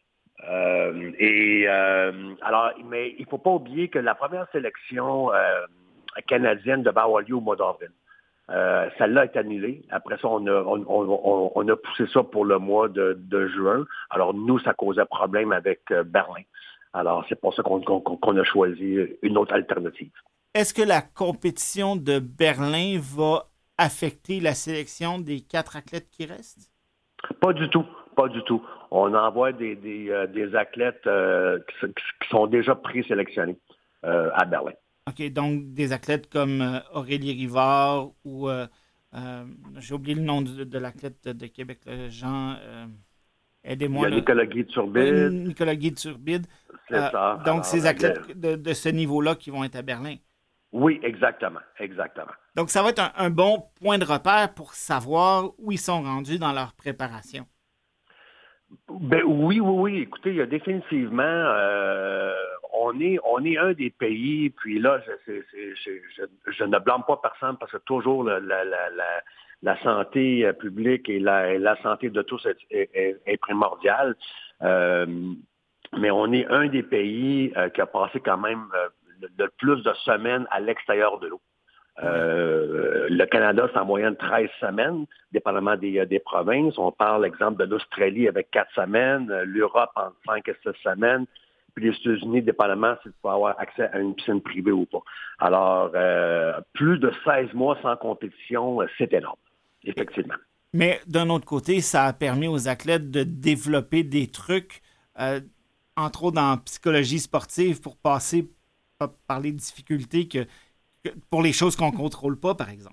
Euh, et euh, alors, mais il ne faut pas oublier que la première sélection euh, canadienne devait avoir lieu au mois d'avril. Euh, celle-là est annulée. Après ça, on a, on, on, on a poussé ça pour le mois de, de juin. Alors, nous, ça causait problème avec euh, Berlin. Alors, c'est pour ça qu'on, qu'on, qu'on a choisi une autre alternative. Est-ce que la compétition de Berlin va affecter la sélection des quatre athlètes qui restent? Pas du tout. Pas du tout. On envoie des, des, euh, des athlètes euh, qui, qui sont déjà présélectionnés euh, à Berlin. OK, donc des athlètes comme euh, Aurélie Rivard ou, euh, euh, j'ai oublié le nom de, de l'athlète de, de Québec, là, Jean, euh, aidez-moi. Il y a Nicolas Guy de Turbide. Oui, Nicolas Guy de Turbide. C'est euh, ça. Donc, Alors, ces athlètes le... de, de ce niveau-là qui vont être à Berlin. Oui, exactement, exactement. Donc, ça va être un, un bon point de repère pour savoir où ils sont rendus dans leur préparation. Ben oui, oui, oui. Écoutez, il y a définitivement, euh, on est, on est un des pays. Puis là, je, c'est, c'est, je, je, je ne blâme pas personne parce que toujours la, la, la, la, la santé publique et la, la santé de tous est, est, est primordiale. Euh, mais on est un des pays euh, qui a passé quand même euh, le, le plus de semaines à l'extérieur de l'eau. Euh, le Canada, c'est en moyenne treize semaines, dépendamment des, des provinces. On parle, exemple, de l'Australie avec quatre semaines, l'Europe en cinq et six semaines, puis les États-Unis, dépendamment si tu peux avoir accès à une piscine privée ou pas. Alors, euh, plus de seize mois sans compétition, c'est énorme, effectivement. Mais d'un autre côté, ça a permis aux athlètes de développer des trucs, euh, entre autres en psychologie sportive, pour passer par les difficultés que pour les choses qu'on ne contrôle pas, par exemple?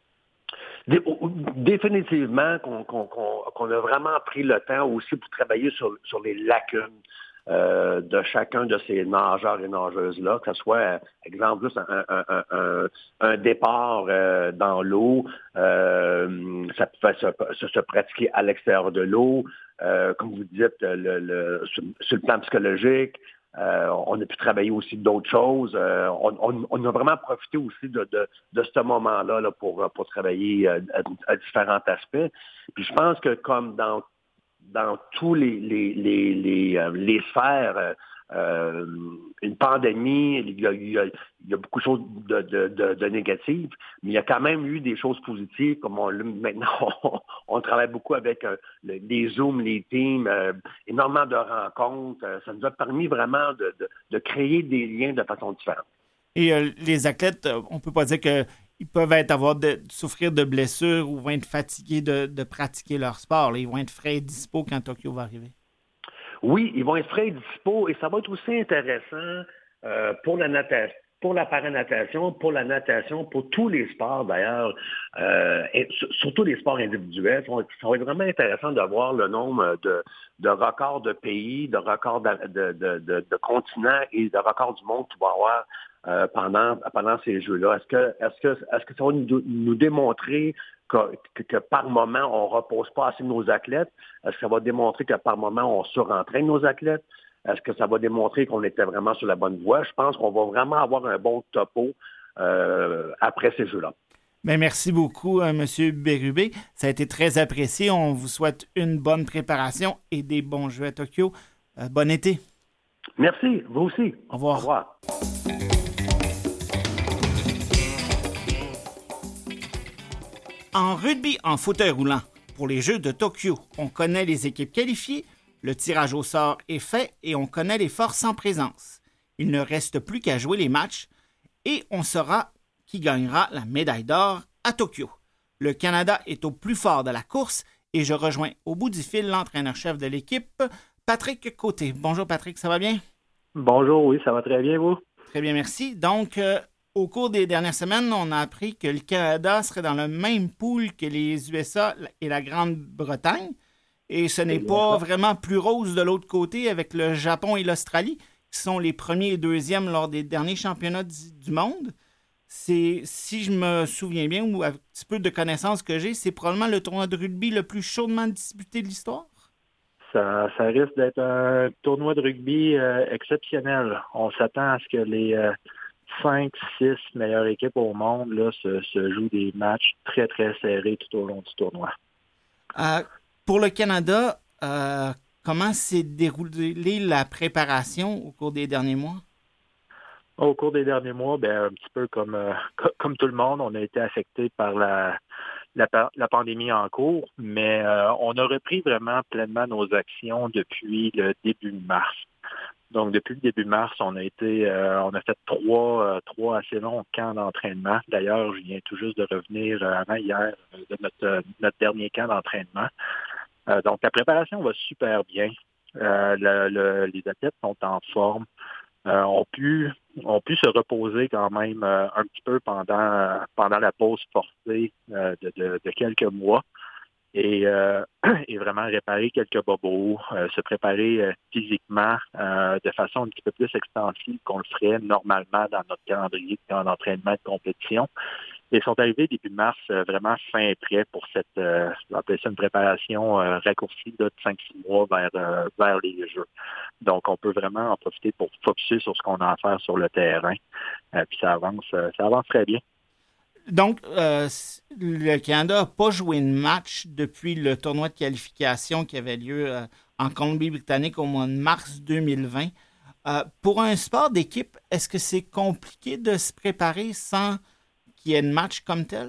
Définitivement qu'on, qu'on, qu'on a vraiment pris le temps aussi pour travailler sur, sur les lacunes euh, de chacun de ces nageurs et nageuses-là, que ce soit, exemple, juste un, un, un, un, un départ euh, dans l'eau, euh, ça peut se, se, se pratiquer à l'extérieur de l'eau, euh, comme vous dites, le, le, sur, sur le plan psychologique. Euh, on a pu travailler aussi d'autres choses. Euh, on, on, on a vraiment profité aussi de, de, de ce moment-là là, pour, pour travailler à, à différents aspects. Puis je pense que comme dans, dans tous les, les, les, les, les sphères, euh, une pandémie, il y a, il y a, il y a beaucoup de choses de, de, de, de négatives, mais il y a quand même eu des choses positives, comme on, maintenant on, on travaille beaucoup avec euh, le, les Zooms, les Teams, euh, énormément de rencontres. Euh, ça nous a permis vraiment de, de, de créer des liens de façon différente. Et euh, les athlètes, on peut pas dire qu'ils peuvent être, avoir de, souffrir de blessures ou vont être fatigués de, de pratiquer leur sport. Là. Ils vont être frais et dispo quand Tokyo va arriver. Oui, ils vont être frais et dispo et ça va être aussi intéressant euh, pour la natation, pour la paranatation, pour la natation, pour tous les sports d'ailleurs, euh, et surtout les sports individuels. Ça va, être, ça va être vraiment intéressant de voir le nombre de, de records de pays, de records de, de, de, de, de continents et de records du monde qu'il va y avoir euh, pendant, pendant ces Jeux-là. Est-ce que, est-ce que, est-ce que ça va nous, nous démontrer Que, que, que par moment, on ne repose pas assez nos athlètes? Est-ce que ça va démontrer que par moment, on surentraîne nos athlètes? Est-ce que ça va démontrer qu'on était vraiment sur la bonne voie? Je pense qu'on va vraiment avoir un bon topo euh, après ces Jeux-là. Bien, merci beaucoup, euh, M. Bérubé. Ça a été très apprécié. On vous souhaite une bonne préparation et des bons jeux à Tokyo. Euh, bon été. Merci, vous aussi. Au revoir. Au revoir. En rugby en fauteuil roulant, pour les Jeux de Tokyo, on connaît les équipes qualifiées, le tirage au sort est fait et on connaît les forces en présence. Il ne reste plus qu'à jouer les matchs et on saura qui gagnera la médaille d'or à Tokyo. Le Canada est au plus fort de la course et je rejoins au bout du fil l'entraîneur-chef de l'équipe, Patrick Côté. Bonjour Patrick, ça va bien? Bonjour, oui, ça va très bien, vous? Très bien, merci. Donc, euh, au cours des dernières semaines, on a appris que le Canada serait dans le même pool que les U S A et la Grande-Bretagne. Et ce n'est pas vraiment plus rose de l'autre côté avec le Japon et l'Australie, qui sont les premiers et deuxièmes lors des derniers championnats du, du monde. C'est, si je me souviens bien, ou avec un petit peu de connaissances que j'ai, c'est probablement le tournoi de rugby le plus chaudement disputé de l'histoire. Ça, ça risque d'être un tournoi de rugby euh, exceptionnel. On s'attend à ce que les euh, cinq six meilleures équipes au monde là, se, se jouent des matchs très, très serrés tout au long du tournoi. Euh, pour le Canada, euh, comment s'est déroulée la préparation au cours des derniers mois? Au cours des derniers mois, ben, un petit peu comme, euh, comme tout le monde, on a été affecté par la, la, la pandémie en cours, mais euh, on a repris vraiment pleinement nos actions depuis le début mars. Donc, depuis le début mars, on a été, euh, on a fait trois, euh, trois assez longs camps d'entraînement. D'ailleurs, je viens tout juste de revenir euh, avant hier de notre, notre dernier camp d'entraînement. Euh, donc, la préparation va super bien. Euh, le, le, les athlètes sont en forme. Euh, ont pu ont pu se reposer quand même euh, un petit peu pendant euh, pendant la pause forcée euh, de, de, de quelques mois et, euh, et vraiment réparer quelques bobos, euh, se préparer euh, physiquement euh, de façon un petit peu plus extensive qu'on le ferait normalement dans notre calendrier d'entraînement et de compétition. Ils sont arrivés début mars euh, vraiment fin prêt pour cette, euh, on appelle ça une préparation euh, raccourcie là, de cinq six mois vers, euh, vers les Jeux. Donc, on peut vraiment en profiter pour focuser sur ce qu'on a à faire sur le terrain. Euh, puis ça avance, euh, ça avance très bien. Donc, euh, le Canada n'a pas joué de match depuis le tournoi de qualification qui avait lieu euh, en Colombie-Britannique au mois de mars deux mille vingt. Euh, pour un sport d'équipe, est-ce que c'est compliqué de se préparer sans qu'il y ait de match comme tel?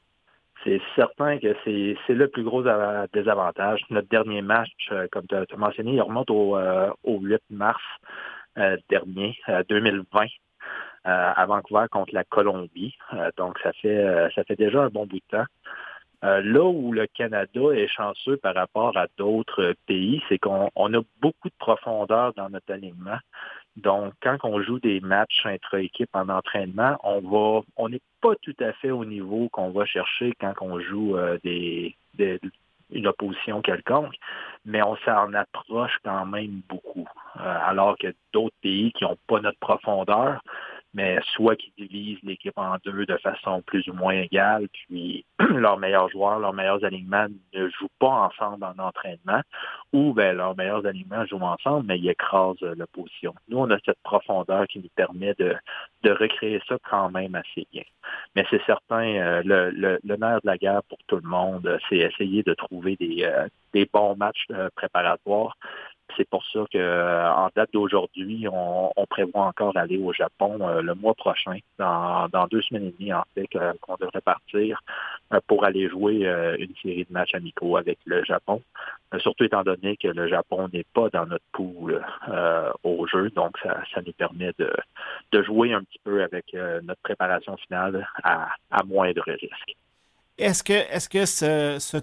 C'est certain que c'est, c'est le plus gros désavantage. Notre dernier match, euh, comme tu as mentionné, il remonte au, euh, au huit mars euh, dernier, euh, deux mille vingt, euh, à Vancouver contre la Colombie. Euh, donc, ça fait, euh, ça fait déjà un bon bout de temps. Euh, là où le Canada est chanceux par rapport à d'autres pays, c'est qu'on on a beaucoup de profondeur dans notre alignement. Donc, quand on joue des matchs intra-équipe en entraînement, on va, on n'est pas tout à fait au niveau qu'on va chercher quand on joue euh, des, des, une opposition quelconque, mais on s'en approche quand même beaucoup. Euh, alors que d'autres pays qui n'ont pas notre profondeur, mais soit qui divisent l'équipe en deux de façon plus ou moins égale, puis leurs meilleurs joueurs, leurs meilleurs alignements ne jouent pas ensemble en entraînement, ou ben leurs meilleurs alignements jouent ensemble, mais ils écrasent l'opposition. Nous, on a cette profondeur qui nous permet de, de recréer ça quand même assez bien. Mais c'est certain, euh, le, le, le nerf de la guerre pour tout le monde, c'est essayer de trouver des, euh, des bons matchs euh, préparatoires. C'est pour ça qu'en date d'aujourd'hui, on, on prévoit encore d'aller au Japon euh, le mois prochain, dans, dans deux semaines et demie en fait, que, qu'on devrait partir euh, pour aller jouer euh, une série de matchs amicaux avec le Japon. Euh, surtout étant donné que le Japon n'est pas dans notre pool euh, au jeu, donc ça, ça nous permet de, de jouer un petit peu avec euh, notre préparation finale à, à moindre risque. Est-ce que, est-ce que ce, ce,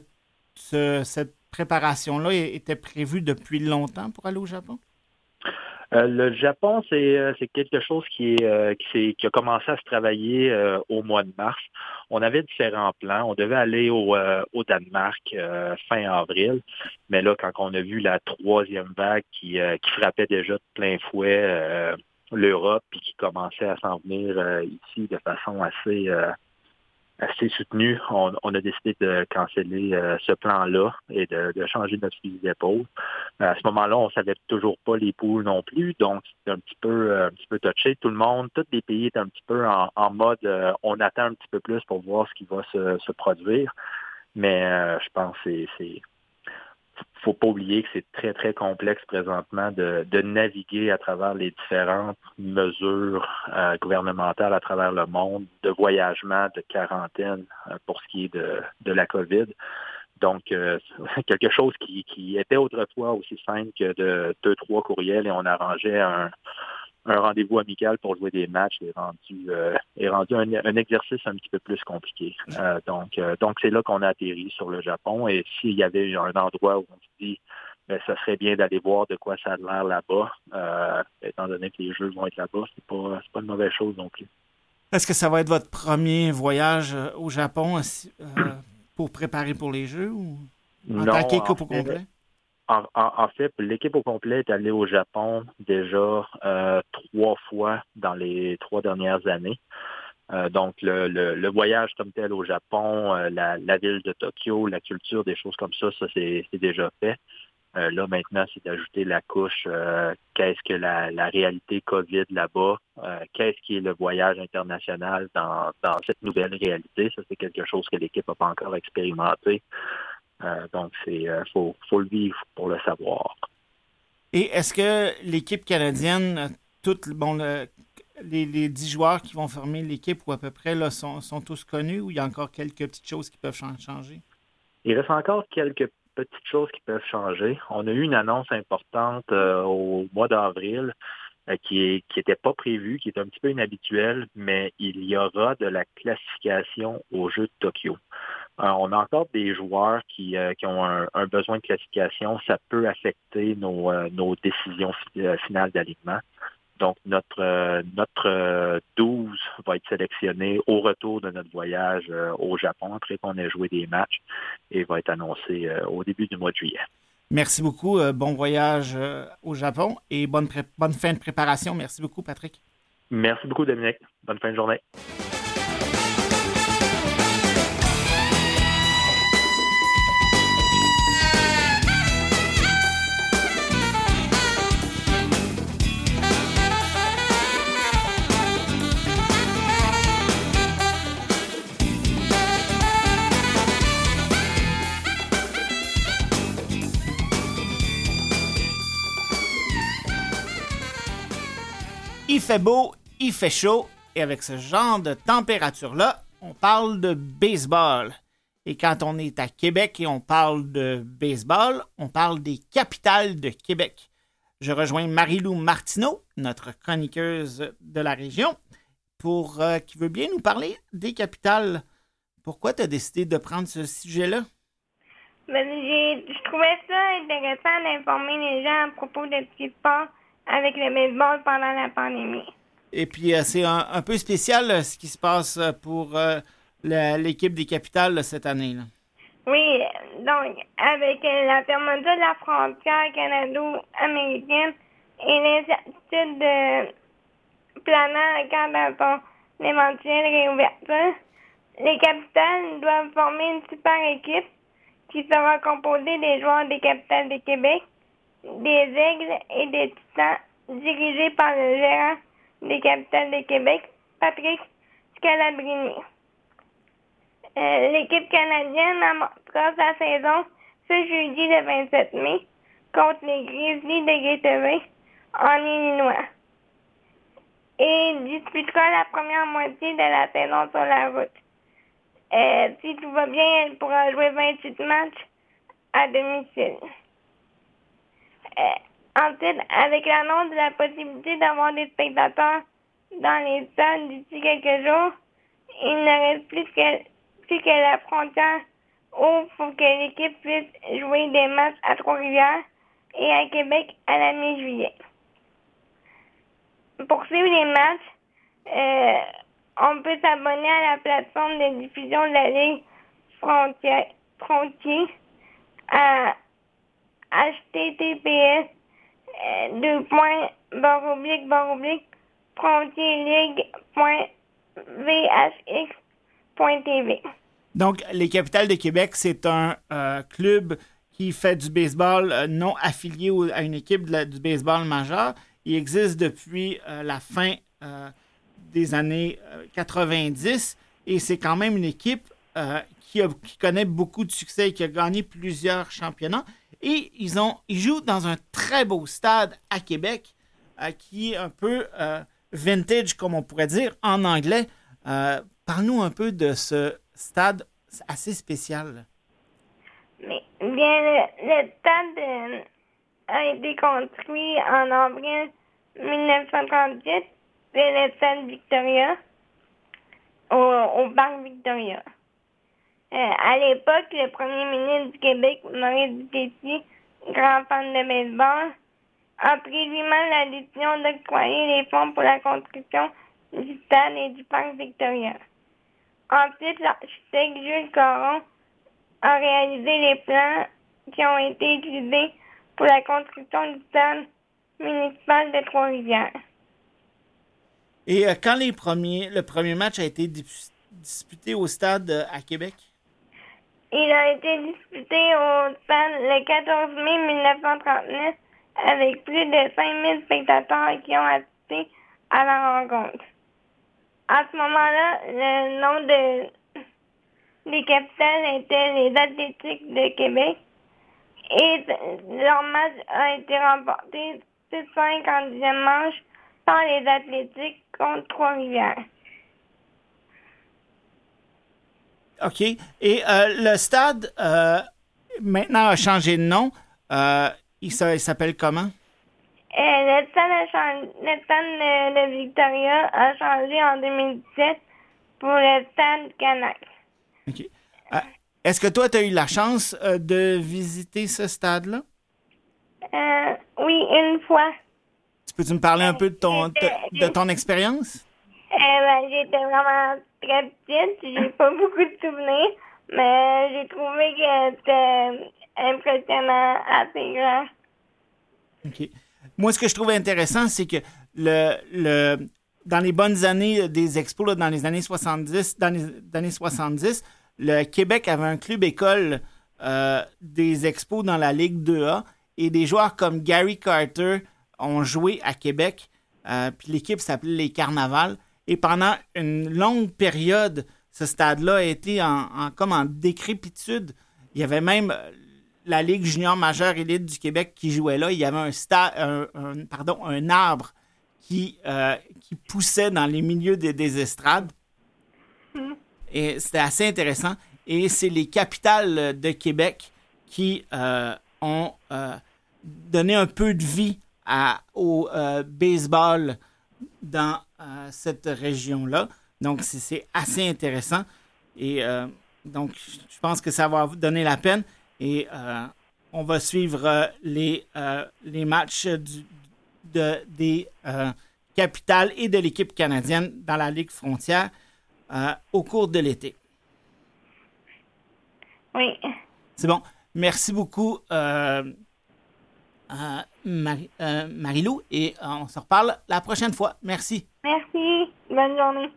ce, cette préparation-là était prévue depuis longtemps pour aller au Japon? Euh, le Japon, c'est, c'est quelque chose qui, est, euh, qui, s'est, qui a commencé à se travailler euh, au mois de mars. On avait différents plans. On devait aller au, euh, au Danemark euh, fin avril, mais là, quand on a vu la troisième vague qui, euh, qui frappait déjà de plein fouet euh, l'Europe et qui commençait à s'en venir euh, ici de façon assez... Euh, assez soutenu, on, on a décidé de canceller euh, ce plan-là et de, de changer notre fusil d'épaule. À ce moment-là, on ne savait toujours pas les poules non plus, donc c'était un petit peu un petit peu touché. Tout le monde, tous les pays étaient un petit peu en, en mode euh, on attend un petit peu plus pour voir ce qui va se, se produire. Mais euh, je pense que c'est, c'est faut pas oublier que c'est très, très complexe présentement de, de naviguer à travers les différentes mesures euh, gouvernementales à travers le monde, de voyagement, de quarantaine euh, pour ce qui est de, de la COVID. Donc, euh, quelque chose qui, qui était autrefois aussi simple que de deux, trois courriels et on arrangeait un, un rendez-vous amical pour jouer des matchs est rendu, euh, est rendu un, un exercice un petit peu plus compliqué. Euh, donc, euh, donc c'est là qu'on a atterri sur le Japon. Et s'il y avait un endroit où on se dit ben, ça serait bien d'aller voir de quoi ça a l'air là-bas, euh, étant donné que les jeux vont être là-bas, c'est pas, c'est pas une mauvaise chose non plus. Est-ce que ça va être votre premier voyage au Japon euh, pour préparer pour les Jeux ou en non, tant qu'équipe en au complet? En, en, en fait, l'équipe au complet est allée au Japon déjà euh, trois fois dans les trois dernières années. Euh, donc, le, le, le voyage comme tel au Japon, euh, la, la ville de Tokyo, la culture, des choses comme ça, ça c'est, c'est déjà fait. Euh, là, maintenant, c'est d'ajouter la couche, euh, qu'est-ce que la, la réalité COVID là-bas, euh, qu'est-ce qui est le voyage international dans, dans cette nouvelle réalité. Ça, c'est quelque chose que l'équipe n'a pas encore expérimenté. Euh, donc, c'est euh, faut, faut le vivre pour le savoir. Et est-ce que l'équipe canadienne, toutes, bon, le, les, les dix joueurs qui vont former l'équipe ou à peu près là, sont, sont tous connus ou il y a encore quelques petites choses qui peuvent changer? Il reste encore quelques petites choses qui peuvent changer. On a eu une annonce importante euh, au mois d'avril euh, qui n'était pas prévue, qui est un petit peu inhabituelle, mais il y aura de la classification aux Jeux de Tokyo. Euh, on a encore des joueurs qui, euh, qui ont un, un besoin de classification. Ça peut affecter nos, euh, nos décisions fi- euh, finales d'alignement. Donc, notre euh, notre euh, douze va être sélectionné au retour de notre voyage euh, au Japon, après qu'on ait joué des matchs, et va être annoncé euh, au début du mois de juillet. Merci beaucoup. Euh, bon voyage euh, au Japon et bonne, pré- bonne fin de préparation. Merci beaucoup, Patrick. Merci beaucoup, Dominique. Bonne fin de journée. Il fait beau, il fait chaud, et avec ce genre de température-là, on parle de baseball. Et quand on est à Québec et on parle de baseball, on parle des capitales de Québec. Je rejoins Marie-Lou Martineau, notre chroniqueuse de la région, pour euh, qui veut bien nous parler des capitales. Pourquoi tu as décidé de prendre ce sujet-là? Ben, j'ai, je trouvais ça intéressant d'informer les gens à propos de ce qui se passe avec le baseball pendant la pandémie. Et puis, euh, c'est un, un peu spécial euh, ce qui se passe pour euh, la, l'équipe des capitales là, cette année. Là. Oui, donc, avec euh, la fermeture de la frontière canado-américaine et l'incertitude de planant quant à son éventuelle réouverture, les capitales doivent former une super équipe qui sera composée des joueurs des capitales de Québec, des Aigles et des Titans, dirigés par le gérant des capitales de Québec, Patrick Scalabrini. Euh, l'équipe canadienne amorcera sa saison ce jeudi le vingt-sept mai contre les Grizzlies de Gatorade en Illinois et disputera la première moitié de la saison sur la route. Euh, si tout va bien, elle pourra jouer vingt-huit matchs à domicile. Euh, ensuite, avec l'annonce de la possibilité d'avoir des spectateurs dans les stades d'ici quelques jours, il ne reste plus que, plus que la frontière ouvre pour que l'équipe puisse jouer des matchs à Trois-Rivières et à Québec à la mi-juillet. Pour suivre les matchs, euh, on peut s'abonner à la plateforme de diffusion de la Ligue Frontier, Frontier à h t t p s deux points barre oblique barre oblique frontierligue point v h x point t v. Donc, les Capitales de Québec, c'est un euh, club qui fait du baseball euh, non affilié au, à une équipe de la, du baseball majeur. Il existe depuis euh, la fin euh, des années euh, quatre-vingt-dix et c'est quand même une équipe euh, qui, a, qui connaît beaucoup de succès et qui a gagné plusieurs championnats. Et ils, ont, ils jouent dans un très beau stade à Québec euh, qui est un peu euh, vintage, comme on pourrait dire en anglais. Euh, parle-nous un peu de ce stade assez spécial. Mais bien, le, le stade euh, a été construit en avril dix-neuf cent trente-huit. C'est le stade Victoria, au, au parc Victoria. Euh, à l'époque, le premier ministre du Québec, Maurice Duplessis, grand fan de baseball, a pris lui-même la décision d'octroyer les fonds pour la construction du stade et du parc Victoria. Ensuite, l'architecte Jules Caron a réalisé les plans qui ont été utilisés pour la construction du stade municipal de Trois-Rivières. Et euh, quand les premiers, le premier match a été dis- disputé au stade euh, à Québec? Il a été disputé au stade le quatorze mai dix-neuf cent trente-neuf avec plus de cinq mille spectateurs qui ont assisté à la rencontre. À ce moment-là, le nom de, des capitales était les Athlétiques de Québec et leur match a été remporté six cinq en dixième manche par les Athlétiques contre Trois-Rivières. OK. Et euh, le stade, euh, maintenant, a changé de nom. Euh, il, il s'appelle comment? Euh, le stade, a changé, le stade de, de Victoria a changé en deux mille dix-sept pour le stade Canac. OK. Euh, est-ce que toi, tu as eu la chance euh, de visiter ce stade-là? Euh, oui, une fois. Tu peux-tu me parler un peu de ton, de, de ton expérience? Euh, ben, j'étais vraiment très petite, j'ai pas beaucoup de souvenirs, mais j'ai trouvé que c'était impressionnant, assez grand. OK. Moi, ce que je trouve intéressant, c'est que le, le, dans les bonnes années des expos, là, dans les années soixante-dix, dans les années soixante-dix, le Québec avait un club école euh, des expos dans la Ligue deux A et des joueurs comme Gary Carter ont joué à Québec. Euh, puis l'équipe s'appelait les Carnavals. Et pendant une longue période, ce stade-là a été en, en, comme en décrépitude. Il y avait même la Ligue junior majeure élite du Québec qui jouait là. Il y avait un, sta- un, un, pardon, un arbre qui, euh, qui poussait dans les milieux des, des estrades. Mm. Et c'était assez intéressant. Et c'est les Capitales de Québec qui euh, ont euh, donné un peu de vie à, au euh, baseball dans euh, cette région-là. Donc, c'est, c'est assez intéressant. Et euh, donc, je pense que ça va vous donner la peine. Et euh, on va suivre euh, les, euh, les matchs du, de, des euh, Capitales et de l'équipe canadienne dans la Ligue Frontière euh, au cours de l'été. Oui. C'est bon. Merci beaucoup, euh, euh, Marie, euh, Marie-Lou, et euh, on se reparle la prochaine fois. Merci. Merci. Bonne journée.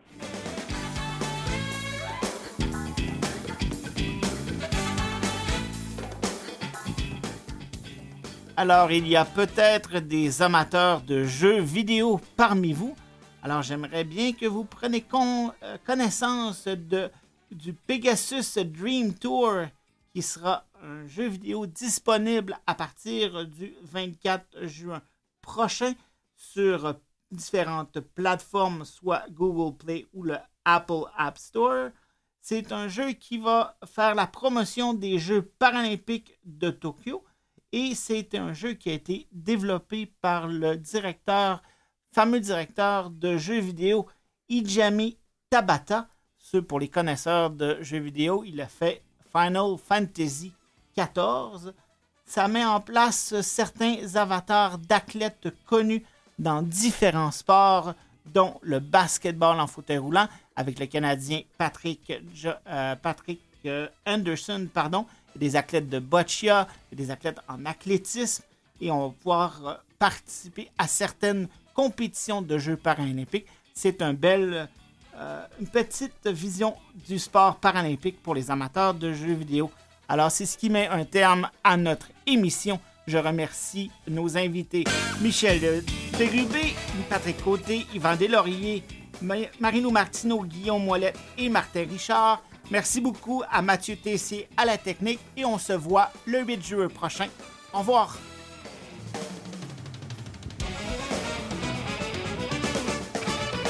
Alors, il y a peut-être des amateurs de jeux vidéo parmi vous. Alors, j'aimerais bien que vous preniez con, euh, connaissance de, du Pegasus Dream Tour, qui sera un jeu vidéo disponible à partir du vingt-quatre juin prochain sur différentes plateformes, soit Google Play ou le Apple App Store. C'est un jeu qui va faire la promotion des Jeux paralympiques de Tokyo. Et c'est un jeu qui a été développé par le directeur, fameux directeur de jeux vidéo, Ijami Tabata. Ce, pour les connaisseurs de jeux vidéo, il a fait Final Fantasy quatorze. Ça met en place certains avatars d'athlètes connus dans différents sports, dont le basketball en fauteuil roulant, avec le Canadien Patrick, euh, Patrick euh, Anderson, pardon, des athlètes de boccia, des athlètes en athlétisme, et on va pouvoir euh, participer à certaines compétitions de Jeux paralympiques. C'est un bel euh, une petite vision du sport paralympique pour les amateurs de jeux vidéo. Alors, c'est ce qui met un terme à notre émission. Je remercie nos invités Michel Bérubé, Patrick Côté, Yvan Deslauriers, Marino Martineau, Guillaume Ouellette et Martin Richard. Merci beaucoup à Mathieu Tessier à la technique et on se voit le huit juillet prochain. Au revoir.